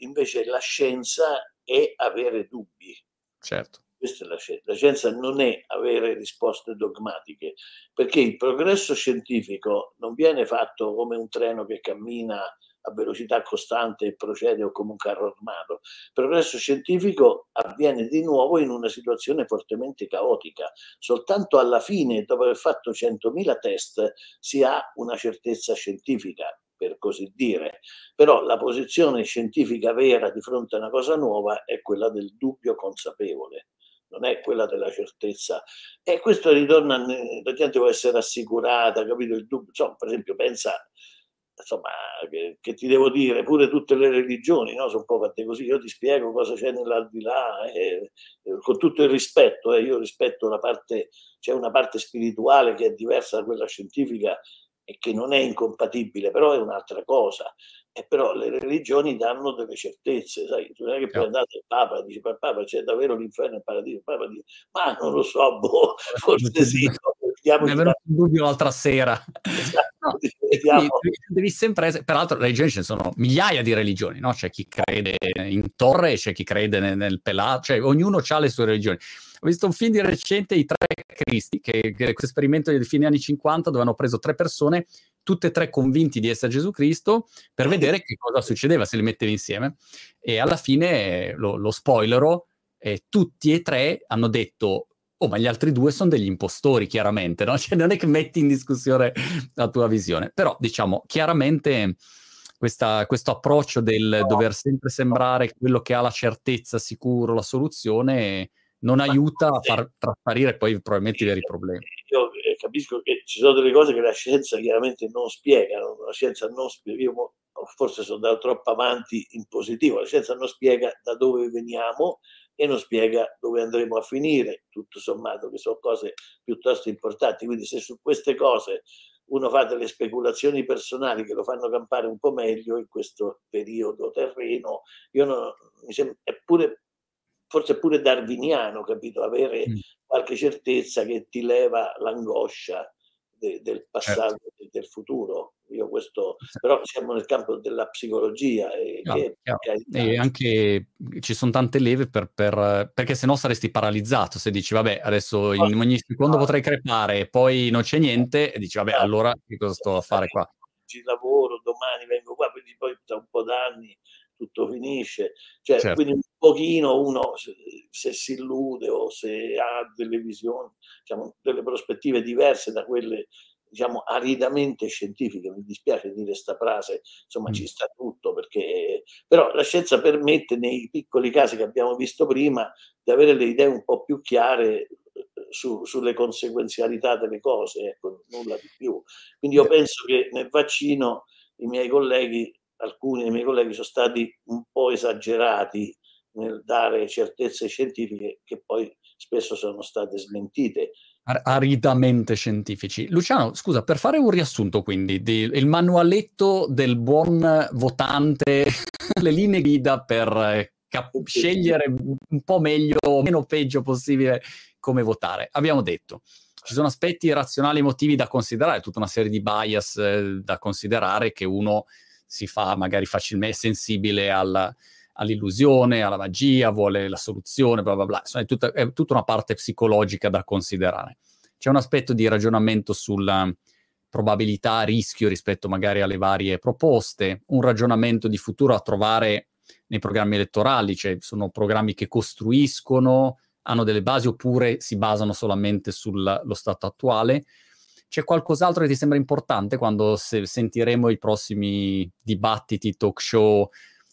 invece la scienza è avere dubbi. Certo. Questa è la scienza. La scienza non è avere risposte dogmatiche, perché il progresso scientifico non viene fatto come un treno che cammina a velocità costante e procede, o come un carro armato. Il progresso scientifico avviene di nuovo in una situazione fortemente caotica. Soltanto alla fine, dopo aver fatto centomila test, si ha una certezza scientifica, per così dire. Però la posizione scientifica vera di fronte a una cosa nuova è quella del dubbio consapevole, non è quella della certezza. E questo ritorna, la gente può essere assicurata, capito? Il dubbio, insomma, per esempio, pensa, insomma, che, che ti devo dire, pure tutte le religioni, no? Sono un po' fatte così. Io ti spiego cosa c'è nell'aldilà, eh, eh, con tutto il rispetto, eh, io rispetto la parte, c'è una parte spirituale che è diversa da quella scientifica e che non è incompatibile, però è un'altra cosa. E però le religioni danno delle certezze, sai, tu non è che poi andate al Papa e dici, ma Papa c'è davvero l'inferno e il paradiso? Il Papa dice, ma non lo so, boh, forse sì, mi è venuto un dubbio l'altra sera. Esatto, No, e quindi devi sempre, peraltro religioni ce ne sono migliaia di religioni, no? C'è chi crede in Torre, c'è chi crede nel, nel pelato, cioè ognuno ha le sue religioni. Ho visto un film di recente, I Tre Cristi, che, che questo esperimento di fine anni cinquanta, dove hanno preso tre persone, tutte e tre convinti di essere Gesù Cristo, per vedere che cosa succedeva se li mettevi insieme. E alla fine, lo, lo spoilerò, eh, tutti e tre hanno detto: oh, ma gli altri due sono degli impostori, chiaramente, no? Cioè non è che metti in discussione la tua visione. Però, diciamo, chiaramente questa, questo approccio del dover sempre sembrare quello che ha la certezza, sicuro, la soluzione, non aiuta a far trasparire poi probabilmente i veri problemi. Io capisco che ci sono delle cose che la scienza chiaramente non spiega, no? La scienza non spiega, io forse sono andato troppo avanti in positivo, la scienza non spiega da dove veniamo e non spiega dove andremo a finire, tutto sommato, che sono cose piuttosto importanti. Quindi se su queste cose uno fa delle speculazioni personali che lo fanno campare un po' meglio in questo periodo terreno, io non, mi sembra, è pure, forse è pure darwiniano, capito? Avere mm. qualche certezza che ti leva l'angoscia de, del passato certo. e del futuro. Io questo, però siamo nel campo della psicologia e, no, che, e anche ci sono tante leve per, per, perché sennò saresti paralizzato se dici vabbè adesso in ogni secondo potrei crepare e poi non c'è niente e dici vabbè allora che cosa sto a fare qua? Ci lavoro, domani vengo qua, quindi poi tra un po' d'anni tutto finisce, cioè certo. Quindi un pochino uno se, se si illude o se ha delle visioni, diciamo, delle prospettive diverse da quelle, diciamo, aridamente scientifiche, mi dispiace dire sta frase, insomma mm. ci sta tutto, perché però la scienza permette nei piccoli casi che abbiamo visto prima di avere le idee un po' più chiare su, sulle conseguenzialità delle cose, ecco, nulla di più. Quindi io penso che nel vaccino i miei colleghi, alcuni dei miei colleghi sono stati un po' esagerati nel dare certezze scientifiche che poi spesso sono state smentite. Aridamente scientifici. Luciano, scusa, per fare un riassunto quindi, di, il manualetto del buon votante, le linee guida per cap- scegliere un po' meglio o meno peggio possibile come votare. Abbiamo detto, ci sono aspetti razionali emotivi da considerare, tutta una serie di bias eh, da considerare che uno si fa magari facilmente sensibile alla, all'illusione, alla magia, vuole la soluzione, bla bla bla. Insomma, è tutta, è tutta una parte psicologica da considerare. C'è un aspetto di ragionamento sulla probabilità, rischio rispetto magari alle varie proposte, un ragionamento di futuro a trovare nei programmi elettorali, cioè sono programmi che costruiscono, hanno delle basi oppure si basano solamente sullo stato attuale. C'è qualcos'altro che ti sembra importante quando se sentiremo i prossimi dibattiti, talk show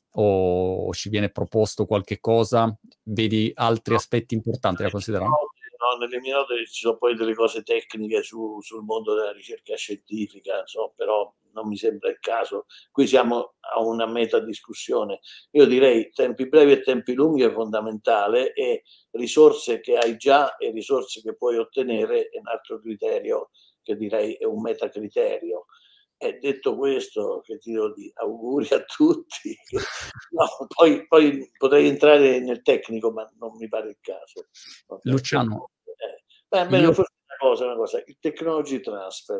o ci viene proposto qualche cosa? Vedi altri no, aspetti importanti da considerare? No, nelle mie note ci sono poi delle cose tecniche su, sul mondo della ricerca scientifica, so, però non mi sembra il caso. Qui siamo a una meta discussione. Io direi tempi brevi e tempi lunghi è fondamentale e risorse che hai già e risorse che puoi ottenere è un altro criterio che direi è un metacriterio. E detto questo, che ti devo dire, auguri a tutti. No, poi, poi potrei entrare nel tecnico, ma non mi pare il caso. Luciano, eh. Beh, bene, io... forse una cosa, una cosa, il technology transfer.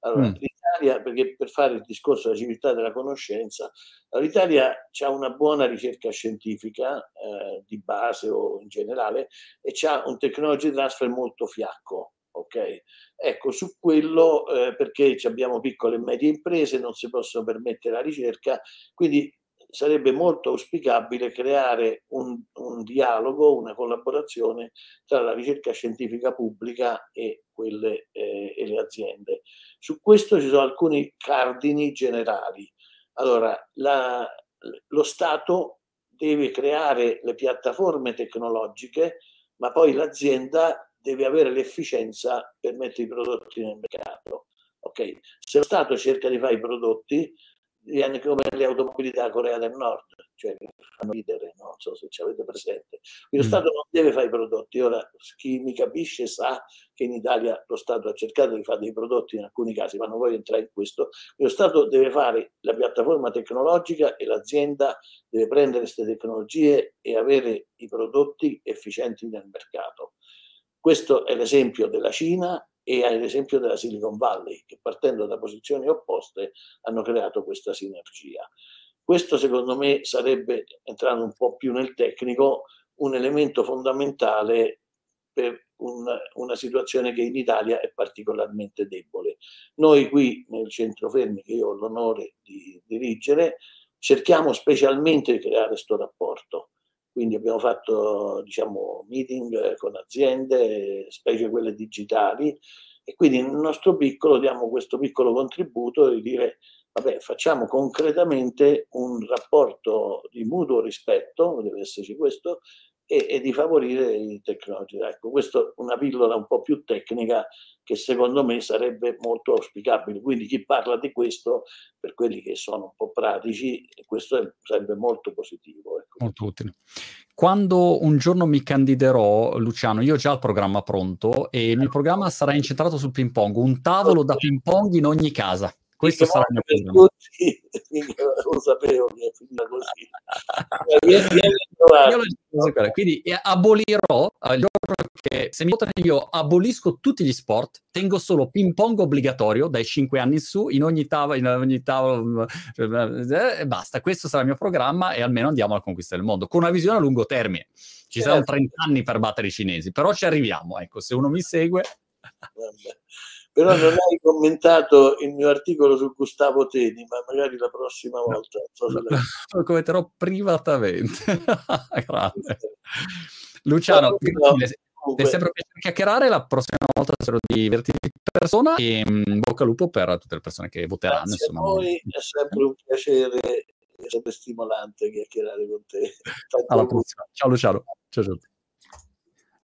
Allora, Mm. l'Italia, perché per fare il discorso della civiltà della conoscenza, l'Italia ha una buona ricerca scientifica eh, di base o in generale e c'ha un technology transfer molto fiacco, ok? Ecco, su quello, eh, perché abbiamo piccole e medie imprese, non si possono permettere la ricerca, quindi sarebbe molto auspicabile creare un, un dialogo, una collaborazione tra la ricerca scientifica pubblica e, quelle, eh, e le aziende. Su questo ci sono alcuni cardini generali. Allora, la, lo Stato deve creare le piattaforme tecnologiche, ma poi l'azienda deve avere l'efficienza per mettere i prodotti nel mercato. Okay? Se lo Stato cerca di fare i prodotti, viene come le automobili della Corea del Nord, cioè fanno ridere, no? Non so se ci avete presente. Quindi lo Mm. Stato non deve fare i prodotti. Ora, chi mi capisce sa che in Italia lo Stato ha cercato di fare dei prodotti in alcuni casi, ma non voglio entrare in questo. Lo Stato deve fare la piattaforma tecnologica e l'azienda deve prendere queste tecnologie e avere i prodotti efficienti nel mercato. Questo è l'esempio della Cina e è l'esempio della Silicon Valley, che partendo da posizioni opposte hanno creato questa sinergia. Questo secondo me sarebbe, entrando un po' più nel tecnico, un elemento fondamentale per un, una situazione che in Italia è particolarmente debole. Noi qui nel Centro Fermi, che io ho l'onore di dirigere, cerchiamo specialmente di creare questo rapporto. Quindi abbiamo fatto, diciamo, meeting con aziende, specie quelle digitali, e quindi nel nostro piccolo diamo questo piccolo contributo di dire, vabbè, facciamo concretamente un rapporto di mutuo rispetto, deve esserci questo, e, e di favorire i tecnologi. Ecco, questa è una pillola un po' più tecnica che secondo me sarebbe molto auspicabile. Quindi chi parla di questo, per quelli che sono un po' pratici, questo è, sarebbe molto positivo. Ecco. Molto utile. Quando un giorno mi candiderò, Luciano, io ho già il programma pronto e il mio programma sarà incentrato sul ping pong, un tavolo da ping pong in ogni casa. Questo sarà il mio Per programma. tutti, lo sapevo che è finita così. Vieni, vieni a Io lo quindi abolirò il giorno che se mi votano io abolisco tutti gli sport, tengo solo ping pong obbligatorio dai cinque anni in su in ogni tavolo, in ogni tavolo e basta. Questo sarà il mio programma e almeno andiamo alla conquista del mondo con una visione a lungo termine. Ci certo. saranno trenta anni per battere i cinesi, però ci arriviamo. Ecco, se uno mi segue. Vabbè. Però non hai commentato il mio articolo su Gustavo Tedi, ma magari la prossima volta. Non so se lo commenterò privatamente. Grazie. Luciano, no, grazie. È sempre un piacere chiacchierare. La prossima volta spero di vederti in persona e in bocca al lupo per tutte le persone che voteranno. Grazie insomma. a voi, è sempre un piacere, è sempre stimolante chiacchierare con te. Alla prossima. Ciao Luciano. Ciao ciao.